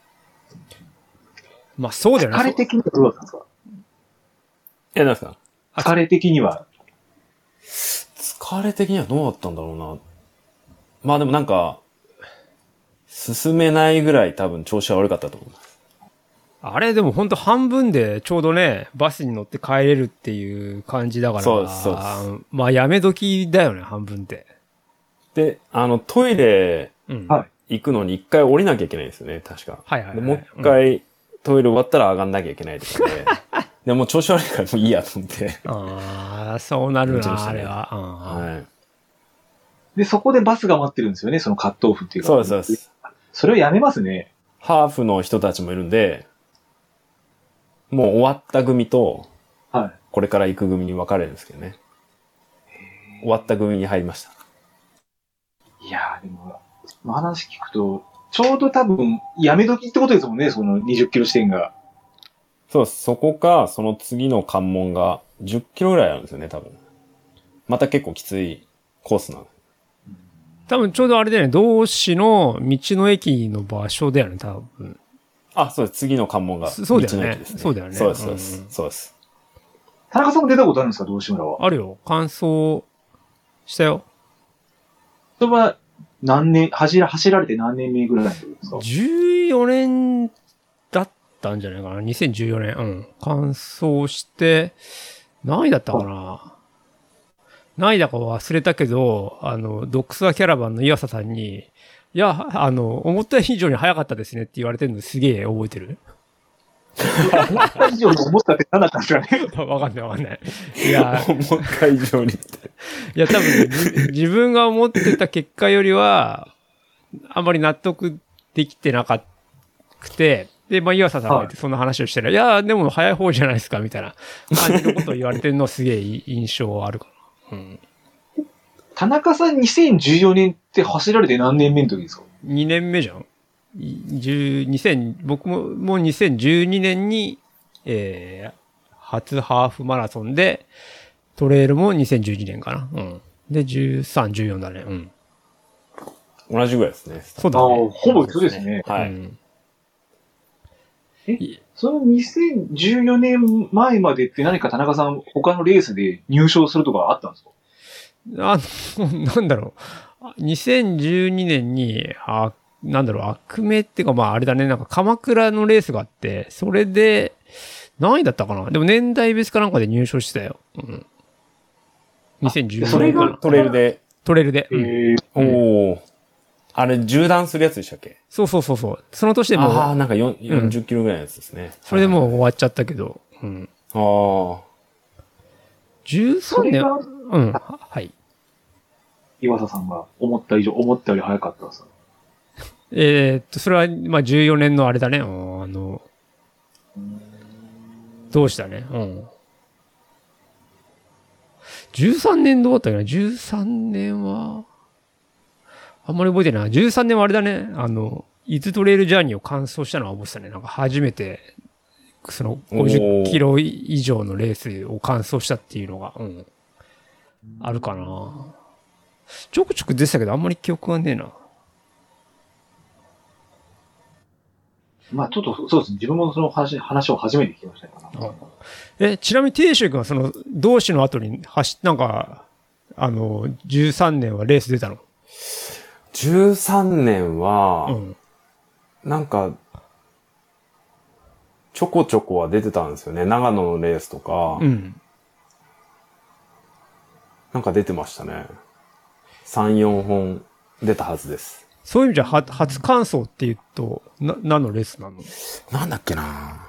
まあそうだよね。
疲れ的にはどうだったんですか？
なんですか？
疲れ的には。
疲れ的にはどうだったんだろうな。まあでもなんか、進めないぐらい多分調子は悪かったと思います。
あれでも本当半分でちょうどね、バスに乗って帰れるっていう感じだから。
そうです。
まあやめ時だよね、半分って。
で、トイレ行くのに一回降りなきゃいけないんですよね、確か。でもう一回トイレ終わったら上がんなきゃいけないとかで。でも調子悪いからもういいやと思って。
そうなるな、あれは。はい。
で、そこでバスが待ってるんですよね、そのカットオフっていうか。
そうです。
それをやめますね。
ハーフの人たちもいるんで、もう終わった組と、これから行く組に分かれるんですけどね。終わった組に入りました。
いやー、でも、話聞くと、ちょうど多分、やめ時ってことですもんね、その20キロ地点が。
そうです。そこか、その次の関門が10キロぐらいあるんですよね、多分。また結構きついコースなの。
多分ちょうどあれだよね、道志の道の駅の場所だよね、多分。
そうです。次の関門が道の駅ですね。
そうだよね。
そうです。
田中さんも出たことあるんですか、道志村は。
あるよ。完走したよ。
それは走られて何年目ぐらいですか？
14年だったんじゃないかな。2014年。完走して、何位だったかな。何位だか忘れたけど、ドックスワキャラバンの岩佐さんに、いや、思った以上に早かったですねって言われてるのすげえ覚えてる。
思った以上に思ったって何だったんですかね。
わかんない。いや、
思った以上にって。
いや、多分、自分が思ってた結果よりは、あんまり納得できてなかくて、で、岩佐さんがそんな話をしていや、でも早い方じゃないですか、みたいな感じのことを言われてるのすげえ印象あるかな。
田中さん2014年って走られて何年目の時ですか？
2 年目じゃん。僕も2012年に、初ハーフマラソンで、トレイルも2012年かな。で、13、14だね。
同じぐらいですね。
そうだね。
ほぼ一緒ですね。
はい。
その2014年前までって何か田中さん他のレースで入賞するとかあったんですか？
なんだろう。2012年に、悪名っていうか、あれだね、なんか鎌倉のレースがあって、それで、何位だったかな？でも年代別かなんかで入賞してたよ。2014年。
それがトレイルで
トレイルで。
おー。あれ、縦断するやつでしたっけ？
そう。その年でもう。
ああ、なんか40キロぐらいのやつですね。
それでもう終わっちゃったけど。うん。
ああ。
13年。うん。はい。
岩佐さんが思ったより早かったです。
それは、まあ、14年のあれだね。どうしたね。うん。13年どうだったかな ?13 年は、あんまり覚えてない。13年はあれだね。伊豆トレイルジャーニーを完走したのは覚えてたね。なんか初めて、その50キロ以上のレースを完走したっていうのが、うん。あるかな。ちょくちょく出てたけど、あんまり記憶がねえな。
まあちょっとそうですね。自分もその話を初めて聞きましたか
な。ちなみに亭主君はその同志の後になんか、13年はレース出たの
？13年は、なんか、ちょこちょこは出てたんですよね。長野のレースとか、なんか出てましたね。3、4本出たはずです。
そういう意味じゃ、初完走って言うと、何のレースなの？
なんだっけな。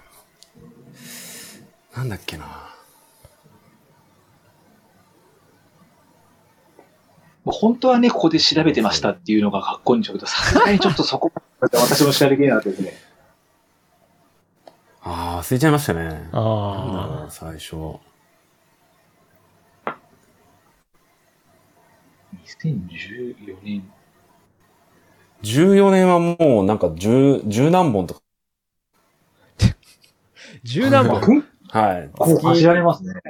本当はね、ここで調べてましたっていうのがかっこいいんでしょうけど、さすがにちょっとそこまで私も調べきれなかったですね。
忘れちゃいましたね。最初。
2014年。
14年はもうなんか十何本とか。
十何本
はい。こう走られますね。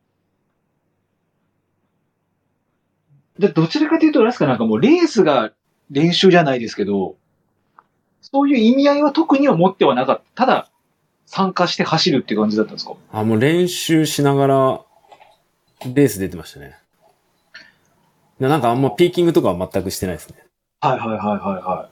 で、どちらかというと、なんかもうレースが練習じゃないですけど、そういう意味合いは特には持ってはなかった。ただ、参加して走るって感じだったんですか？
もう練習しながら、レース出てましたね。なんかあんまピーキングとかは全くしてないですね。
はい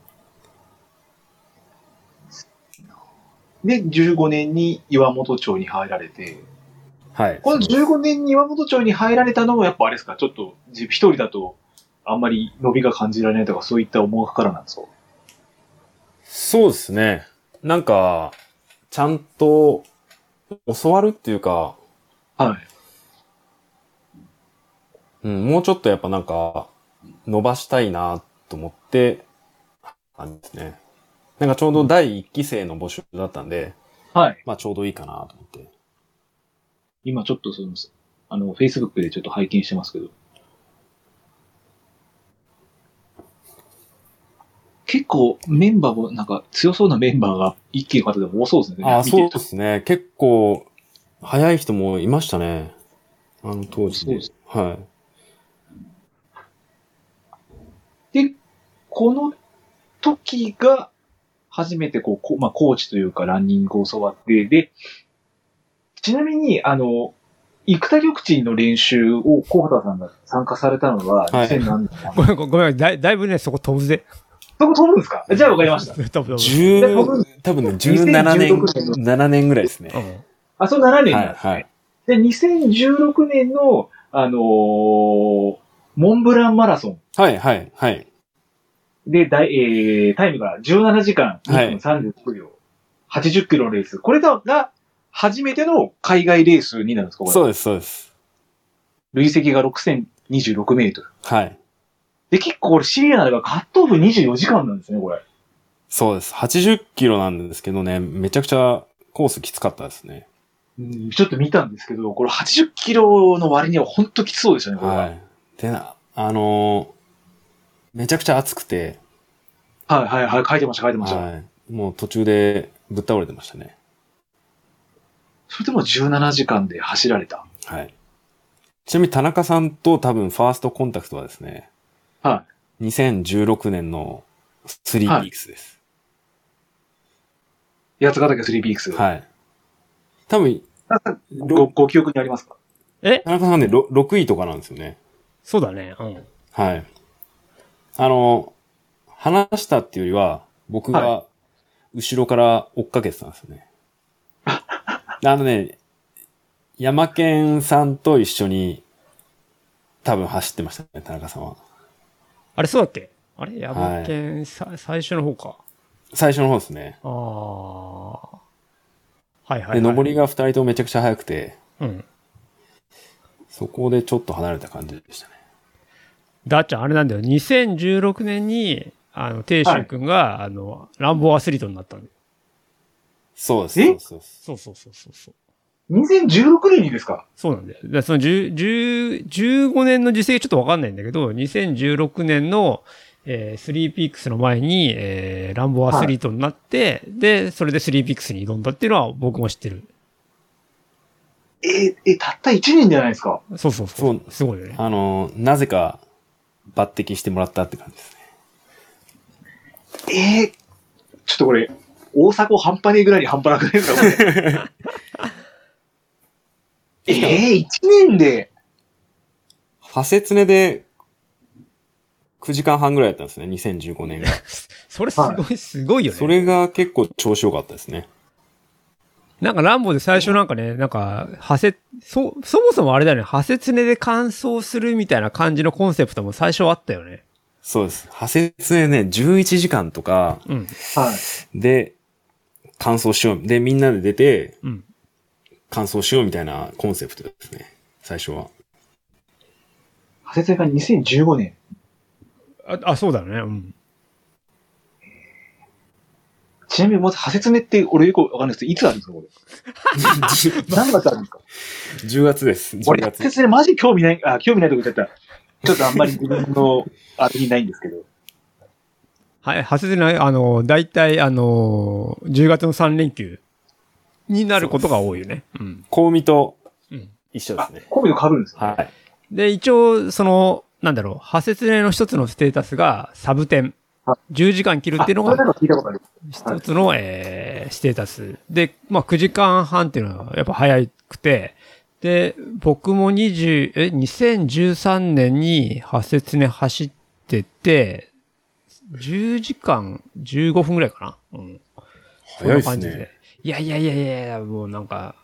。で、15年に岩本町に入られて、
はい。
この15年に岩本町に入られたのもやっぱあれですか？ちょっと一人だとあんまり伸びが感じられないとかそういった思惑からなんですか？
そうですね。なんか、ちゃんと教わるっていうか、
はい。
もうちょっとやっぱなんか伸ばしたいなと思って、ですね。なんかちょうど第1期生の募集だったんで、
はい。
まあちょうどいいかなと思って。
今ちょっとFacebook でちょっと拝見してますけど。結構メンバーもなんか強そうなメンバーが一気の方でも多そうですね。
そうですね。結構早い人もいましたね。当時で。そうです。はい。
で、この時が初めてコーチというかランニングを教わって、で、ちなみに、生田緑地の練習を小畑さんが参加されたのは2000何年、
はい、ごめん、だいぶね、そこ飛ぶぜ。
そこ飛ぶんですか？じゃあわかりました。
多分ね、17年ぐらいですね。
そう7年なんですね。はい。で、2016年の、モンブランマラソン。
はい。
で、タイムが17時間2分36秒、80キロのレース。これが初めての海外レースになるんですか？
そうです。
累積が6026メートル。
はい。
で、結構これシリアルがカットオフ24時間なんですね、これ。
そうです。80キロなんですけどね、めちゃくちゃコースきつかったですね。
ちょっと見たんですけど、これ80キロの割には本当きつそうでしたね、これは。はい。
で、めちゃくちゃ暑くて。
はい、書いてました。はい。
もう途中でぶっ倒れてましたね。
それでも17時間で走られた。
はい。ちなみに田中さんと多分ファーストコンタクトはですね。
はい。
2016年のスリーピークスです。
八ヶ岳スリーピークス。
はい。多分、
ご記憶にありますか？
田中さんね、6位とかなんですよね。
そうだね。うん。
はい。話したっていうよりは、僕が後ろから追っかけてたんですよね。山健さんと一緒に多分走ってましたね、田中さんは。
あれ、そうだっけ？あれヤマケン、最初の方か。
最初の方ですね。
ああ。はいはい、はい。
で、上りが2人ともめちゃくちゃ速くて、
うん。
そこでちょっと離れた感じでしたね。
だっちゃん、あれなんだよ。2016年に、テイシュ君が、はい、ランボーアスリートになったんだよ。
そうです。
そうそうそう。
2016年にですか？
そうなんだよ。その15年の実績ちょっとわかんないんだけど、2016年の、スリーピークスの前に、ランボーアスリートになって、はい、で、それでスリーピークスに挑んだっていうのは僕も知ってる。
たった1年じゃないですか。
そう。すごいよね。
なぜか抜擢してもらったって感じです
ね。ちょっとこれ、大迫半端ねえぐらいに半端なくないですか、これ。1年で。
ハセツネで9時間半ぐらいだったんですね、2015年が。
それすごいよね。
それが結構調子良かったですね。
なんかランボーで最初なんかね、なんか、そもそもあれだよね、ハセツネで完走するみたいな感じのコンセプトも最初あったよね。
そうです。ハセツネね、11時間とか、
うん、
で、完走しよう。で、みんなで出て、
うん、
完走しようみたいなコンセプトですね、最初は。
ハセツネが2015年。
そうだね。うん。
ちなみに、まず、ハセツネって俺よくわかんないですけど、いつあるんですか、これ。何月あるんですか？
10 月です。10月。
俺、ハセツネマジ興味ないとこ言っちゃった。ちょっとあんまり自分の、にないんですけど。
はい、ハセツネ、だいたい、10月の3連休になることが多いよね。うん。
コウミと一緒ですね。
コウミと被るんですか？
はい。
で、一応、なんだろう、ハセツネの一つのステータスが、サブテン。10時間切るっていうのが、一つの、ステータス。で、まあ、9時間半っていうのはやっぱ早くて、で、僕も2013年にハセツネ走ってて、10時間15分ぐらいかな。うん。
早いですね。
いや、もうなんか、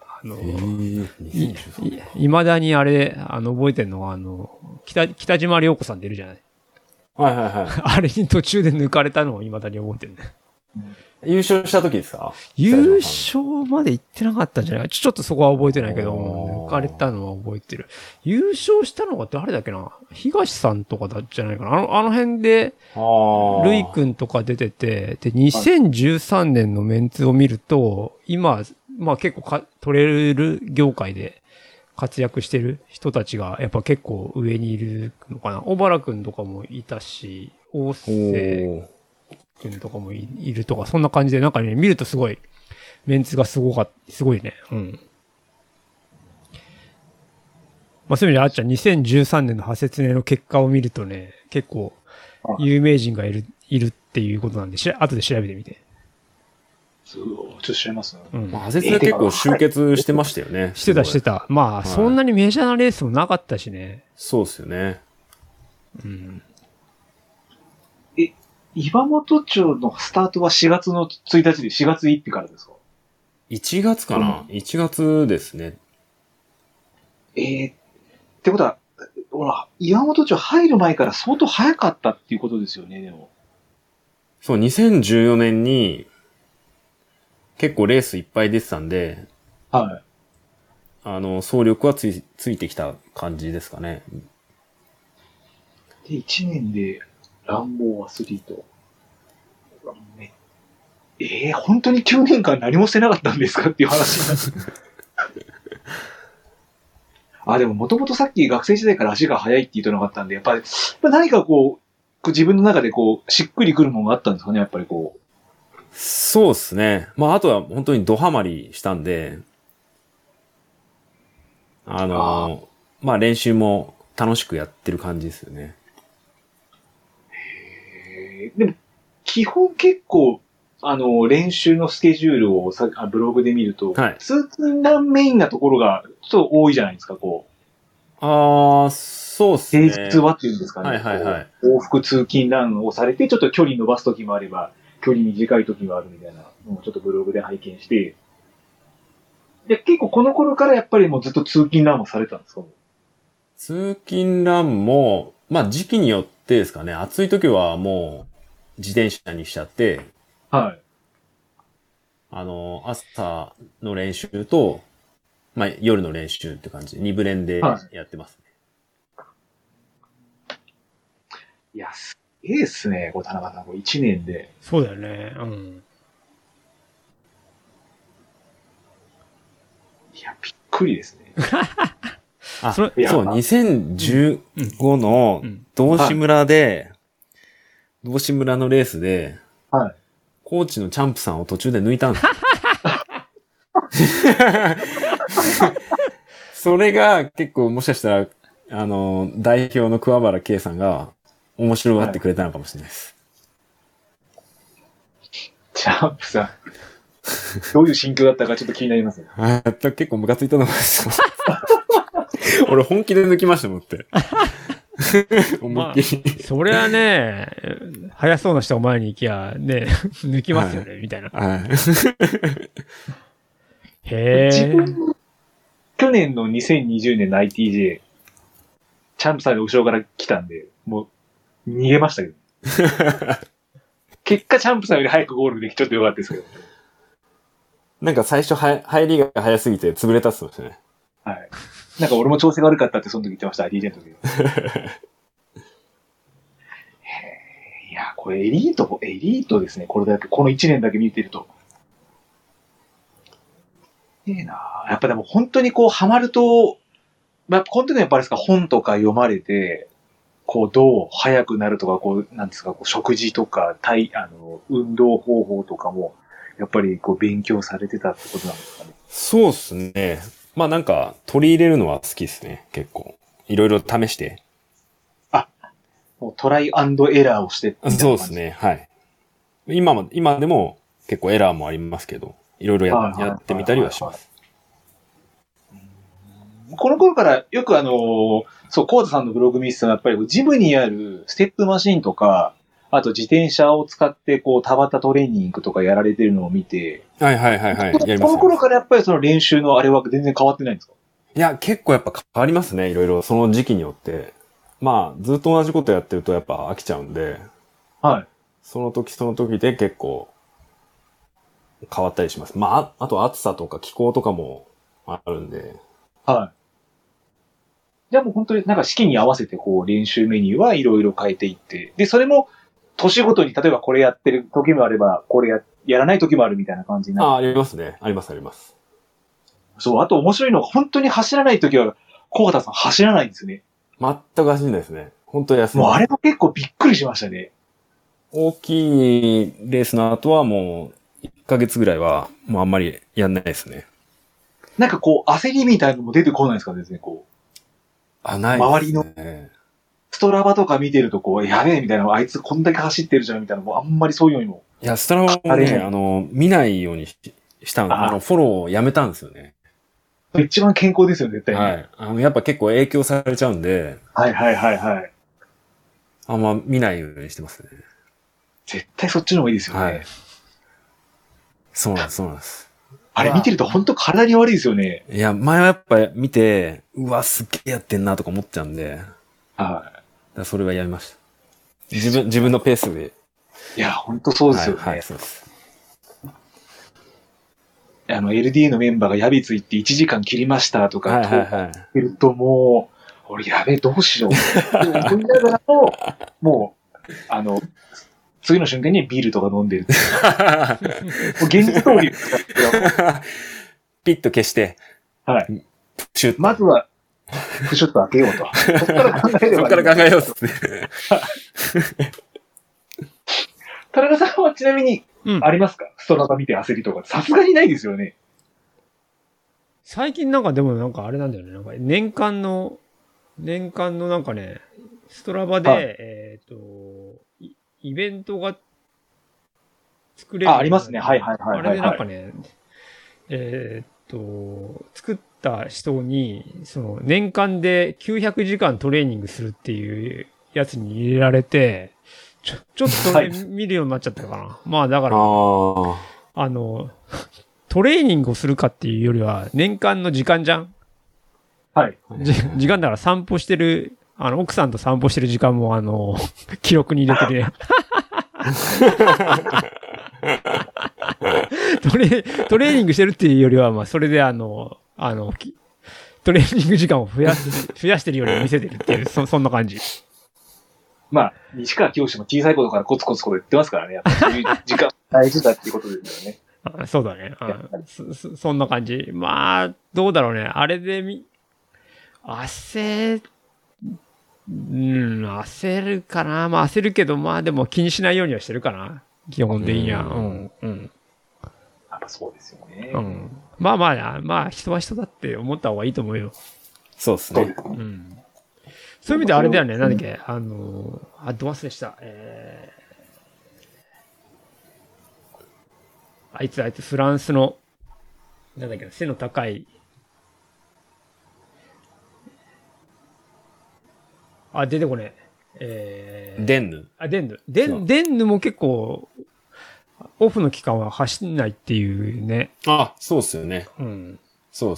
未だにあれ、覚えてんのは、北島良子さんっているじゃない。
はい。
あれに途中で抜かれたのを未だに覚えてるね。
優勝した時ですか？
優勝まで行ってなかったんじゃない？ちょっとそこは覚えてないけど、抜かれたのは覚えてる。優勝したのが誰だっけな？東さんとかだっじゃないかな。あの辺で、ルイ君とか出てて、で、2013年のメンツを見ると、今、まあ結構トレイル業界で活躍してる人たちがやっぱ結構上にいるのかな。小原君とかもいたし、大瀬君とかもいるとか、そんな感じで、なんかね、見るとすごい、メンツがすごいね。うん。まあそういう意味であっちゃん2013年のハセツネの結果を見るとね、結構有名人がいるっていうことなんで、後で調べてみて。
ちょっと知れますね。
うん。ハセツネ結構集結してましたよね。
してた。まあ、そんなにメジャーなレースもなかったしね。
そうですよね。
うん。
岩本町のスタートは4月の1日で4月1日からですか
？1月かな、?1 月ですね。
ってことは、ほら、岩本町入る前から相当早かったっていうことですよね、でも。
そう、2014年に結構レースいっぱい出てたんで、
はい。
総力はついてきた感じですかね。
で、1年で乱暴アスリート。本当に9年間何もしてなかったんですかっていう話になって。でももともとさっき学生時代から足が速いって言ってなかったんで、やっぱり何かこう、自分の中でこう、しっくりくるものがあったんですかね、やっぱりこう。
そうですね。まあ、あとは本当にドハマりしたんで、まあ練習も楽しくやってる感じですよね。
でも、基本結構、練習のスケジュールをブログで見ると、
はい、
通勤ランメインなところがちょっと多いじゃないですか、こ
う。そうですね。
平日はっていうんですかね。
はい。
往復通勤ランをされて、ちょっと距離伸ばすときもあれば、距離短いときもあるみたいなのをちょっとブログで拝見して、で、結構この頃からやっぱりもうずっと通勤ランをされたんですか？
通勤ランも、まあ時期によってですかね。暑い時はもう自転車にしちゃって、
はい。
朝の練習と、まあ夜の練習って感じで、2ブレンでやってますね。
いや、すげえっすね、田中さん、1年で。
そうだよね。うん。
いや、びっくりですね。
そう、2015の道志村で、道志村のレースで、
はい。
コーチのチャンプさんを途中で抜いたんですよ。それが結構もしかしたら、代表の桑原圭さんが面白がってくれたのかもしれないです。
チャンプさん。どういう心境だったかちょっと気になりますね。
結構ムカついたのかですよ。俺本気で抜きましたもんって。思いっきり、
まあ、それはね、早そうな人が前に行きゃ、ね、抜きますよね、みたいな。へぇ。
去年の2020年の ITJ、チャンプさんが後ろから来たんで、もう、逃げましたけど。結果、チャンプさんより早くゴールできちょっと良かったですけど。
なんか最初入りが早すぎて潰れたっすもんね。
はい。なんか俺も調子が悪かったってその時言ってました、ITJ の時。いや、これエリートですね。これだけ、この1年だけ見てると。やっぱでも本当にハマると、まあ、この時やっぱりですか、本とか読まれて、どう早くなるとか、なんですか、食事とか、運動方法とかも、やっぱり勉強されてたってことなんですかね。
そうっすね。まあなんか、取り入れるのは好きですね、結構。いろいろ試して。
もうトライアンドエラーをしてって
そうですね、はい。今でも結構エラーもありますけど、いろいろやってみたりはします。
この頃からよくそう、コウタさんのブログ見てたのはやっぱりジムにあるステップマシンとか、あと自転車を使って田畑トレーニングとかやられてるのを見て。
はい。やります。
この頃からやっぱりその練習のあれは全然変わってないんですか？
いや、結構やっぱ変わりますね、いろいろ。その時期によって。まあ、ずっと同じことやってるとやっぱ飽きちゃうんで。
はい。
その時で結構変わったりします。まあ、あと暑さとか気候とかもあるんで。
はい。じゃあもう本当になんか四季に合わせて練習メニューはいろいろ変えていって。で、それも年ごとに例えばこれやってる時もあれば、これやらない時もあるみたいな感じになる。
ありますね。あります。
そう、あと面白いのが本当に走らない時は、小畑さん走らないんですね。
全く走んないですね。本当に休み。
もうあれも結構びっくりしましたね。
大きいレースの後はもう1ヶ月ぐらいはもうあんまりやんないですね。
なんか焦りみたいなのも出てこないですかね、
ないですね。
周りのストラバとか見てるとやべえみたいな、あいつこんだけ走ってるじゃんみたいな、もうあんまりそういうのにも。
いや、ストラバもね、見ないようにしたフォローをやめたんですよね。
一番健康ですよね、絶対に。
はい。やっぱ結構影響されちゃうんで。
はい。
あんま見ないようにしてますね。
絶対そっちの方がいいですよね。はい。
そうなんです。
あれ見てると本当体に悪いですよね。
いや、前はやっぱ見て、うわ、すっげえやってんなとか思っちゃうんで。
はい。
それはやめました。自分のペースで。
いや、本当そうですよね。
はい、そうです。
LDA のメンバーがやびついて1時間切りましたとか、言るともう、俺やべえ、どうしよう。思いながらもう、次の瞬間にビールとか飲んでる。もう現実通り。
ピッと消して。
はい。まずは、プシュッと開けようと。そこから考えれば。
そこから考えようっすね。
田中さんはちなみに、ありますか？ストラバ見て焦りとか。さすがにないですよね。
最近なんかでもなんかあれなんだよね。なんか年間のなんかね、ストラバで、イベントが作れる。
ありますね。はい。
あれでなんかね、作った人に、年間で900時間トレーニングするっていうやつに入れられて、ちょっと見るようになっちゃったかな。まあだから、トレーニングをするかっていうよりは、年間の時間じゃん。
はい。
時間だから散歩してる、奥さんと散歩してる時間も記録に入れてね。トレーニングしてるっていうよりは、まあ、それでトレーニング時間を増やしてるように見せてるっていう、そんな感じ。
まあ、西川きよしも小さい頃からコツコツ言ってますからね。やっぱそういう時間大事だっていうことですよね。
そうだね。そんな感じ。まあ、どうだろうね。あれで焦るかな。まあ焦るけど、まあでも気にしないようにはしてるかな。基本的には。
やっぱそうですよね。
まあ、人は人だって思った方がいいと思うよ。
そうですね。
そういう意味であれだよね。なんだっけ、ど忘れした。あいつ、フランスの、なんだっけ、背の高い、出てこねえ。
デンヌ。
デンヌも結構、オフの期間は走んないっていうね。
そうっすよね。そう。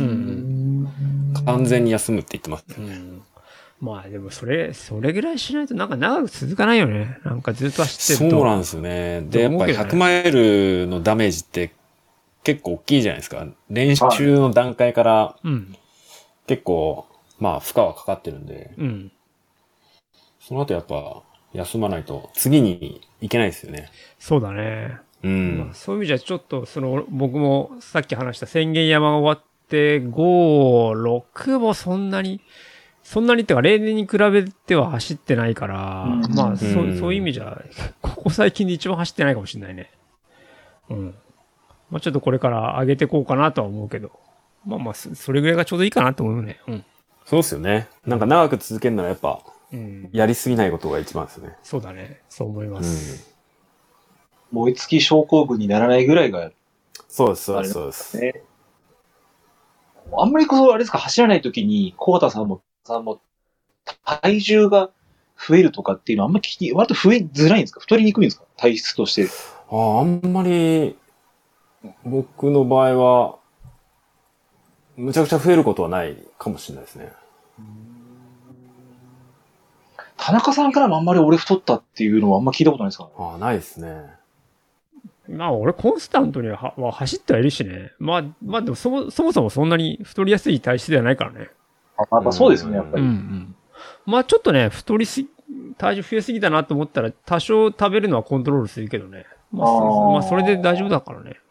完全に休むって言ってますよね。
まあでもそれぐらいしないとなんか長く続かないよね。なんかずっと走ってると。
そうなんですよね。で、やっぱり100マイルのダメージって結構大きいじゃないですか。練習の段階から結構、まあ負荷はかかってるんで、その後やっぱ休まないと次に行けないですよね。
そうだね。まあ、そういう意味じゃちょっと僕もさっき話した宣言山が終わって5、6もそんなにってか例年に比べては走ってないから、まあそういう意味じゃ、ここ最近で一番走ってないかもしれないね。まあちょっとこれから上げていこうかなとは思うけど、まあそれぐらいがちょうどいいかなと思うね。
そうっすよね。なんか長く続けるならやっぱ、やりすぎないことが一番ですね。
そうだね。そう思います。
燃え尽き症候群にならないぐらいが、
そうです。
あんまりあれですか、走らないときに、小畑さんも、体重が増えるとかっていうのはあんまり割と増えづらいんですか？太りにくいんですか？体質として。
あんまり、僕の場合は、むちゃくちゃ増えることはないかもしれないですね。
田中さんからもあんまり俺太ったっていうのはあんま聞いたことないですか？
ないですね。
まあ俺コンスタントには走ってはいるしね。まあでもそもそもそんなに太りやすい体質ではないからね。
やっぱそうですよね、やっぱり。
まあちょっとね、体重増えすぎたなと思ったら多少食べるのはコントロールするけどね。まあそれで大丈夫だからね。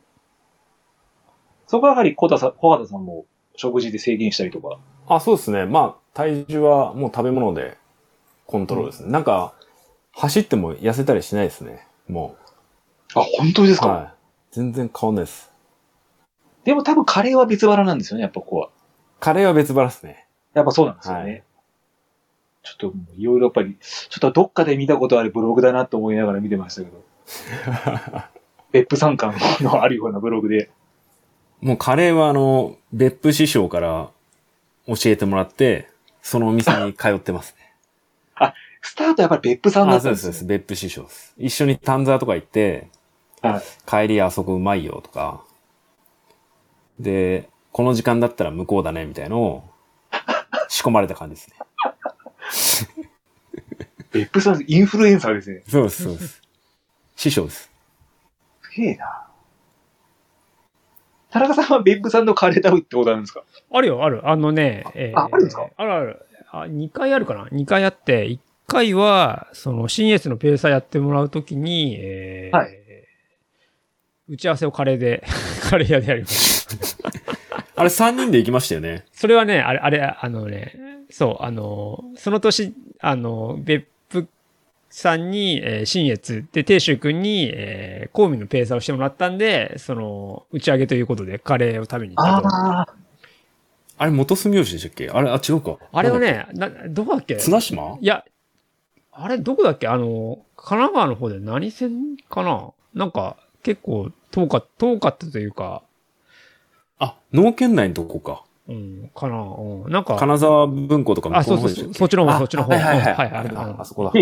そこはやはり小畑さんも食事で制限したりとか。
そうですね。まあ体重はもう食べ物でコントロールですね。なんか、走っても痩せたりしないですね。も
う。本当ですか？
はい。全然変わんないです。
でも多分カレーは別腹なんですよね、やっぱここは。
カレーは別腹ですね。
やっぱそうなんですよね。ちょっといろいろやっぱり、ちょっとどっかで見たことあるブログだなと思いながら見てましたけど。別府参観のあるようなブログで。
もうカレーは別府師匠から教えてもらって、そのお店に通ってますね。
スタートはやっぱり別府さんだったんですね。
そうです。別府師匠です。一緒に丹沢とか行って、帰りあそこうまいよとか、で、この時間だったら向こうだねみたいのを仕込まれた感じですね。
別府さん、インフルエンサーですね。
そうです。師匠です。
すげえな。田中さんは別府さんのカレー食べってことあるんですか？
あるよ、ある。あるんですか？ある。2回あるかな？ 2 回あって、1回は、新越のペーサーやってもらうときに、打ち合わせをカレー屋でやりました。
あれ3人で行きましたよね。
それはね、その年、別府さんに、新越で、亭主君に、公民のペーサーをしてもらったんで、打ち上げということでカレーを食べに行ったと。
あれ、元住吉でしたっけ？あれ、違うか。
あれはね、どこだっけ？
綱島？
いや、あれ、どこだっけ？神奈川の方で何線かな？なんか、結構遠かったというか。
農県内のとこか。
かな。なんか。
金沢文庫とかも
そう、そっちの方。
はい。あそこだ。はい。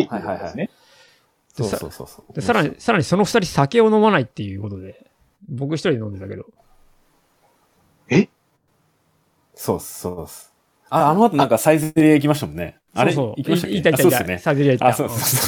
そう。
で、さらにその二人酒を飲まないっていうことで、僕一人で飲んでたけど。
そうっす、そうっす。あの後なんかサイゼリヤ行きましたもんね。あれ
そうそう。
行きましたっけ？
いた。
そうっすね。
サイゼリヤ行った。
そうそう。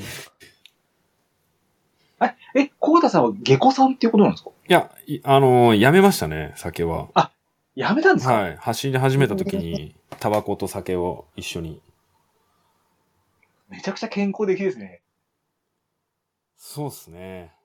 小畑さんは下戸さんっていうことなんですか？
いや、やめましたね、酒は。
あ、やめたんですか？
はい。走り始めた時に、タバコと酒を一緒に。
めちゃくちゃ健康的ですね。
そうっすね。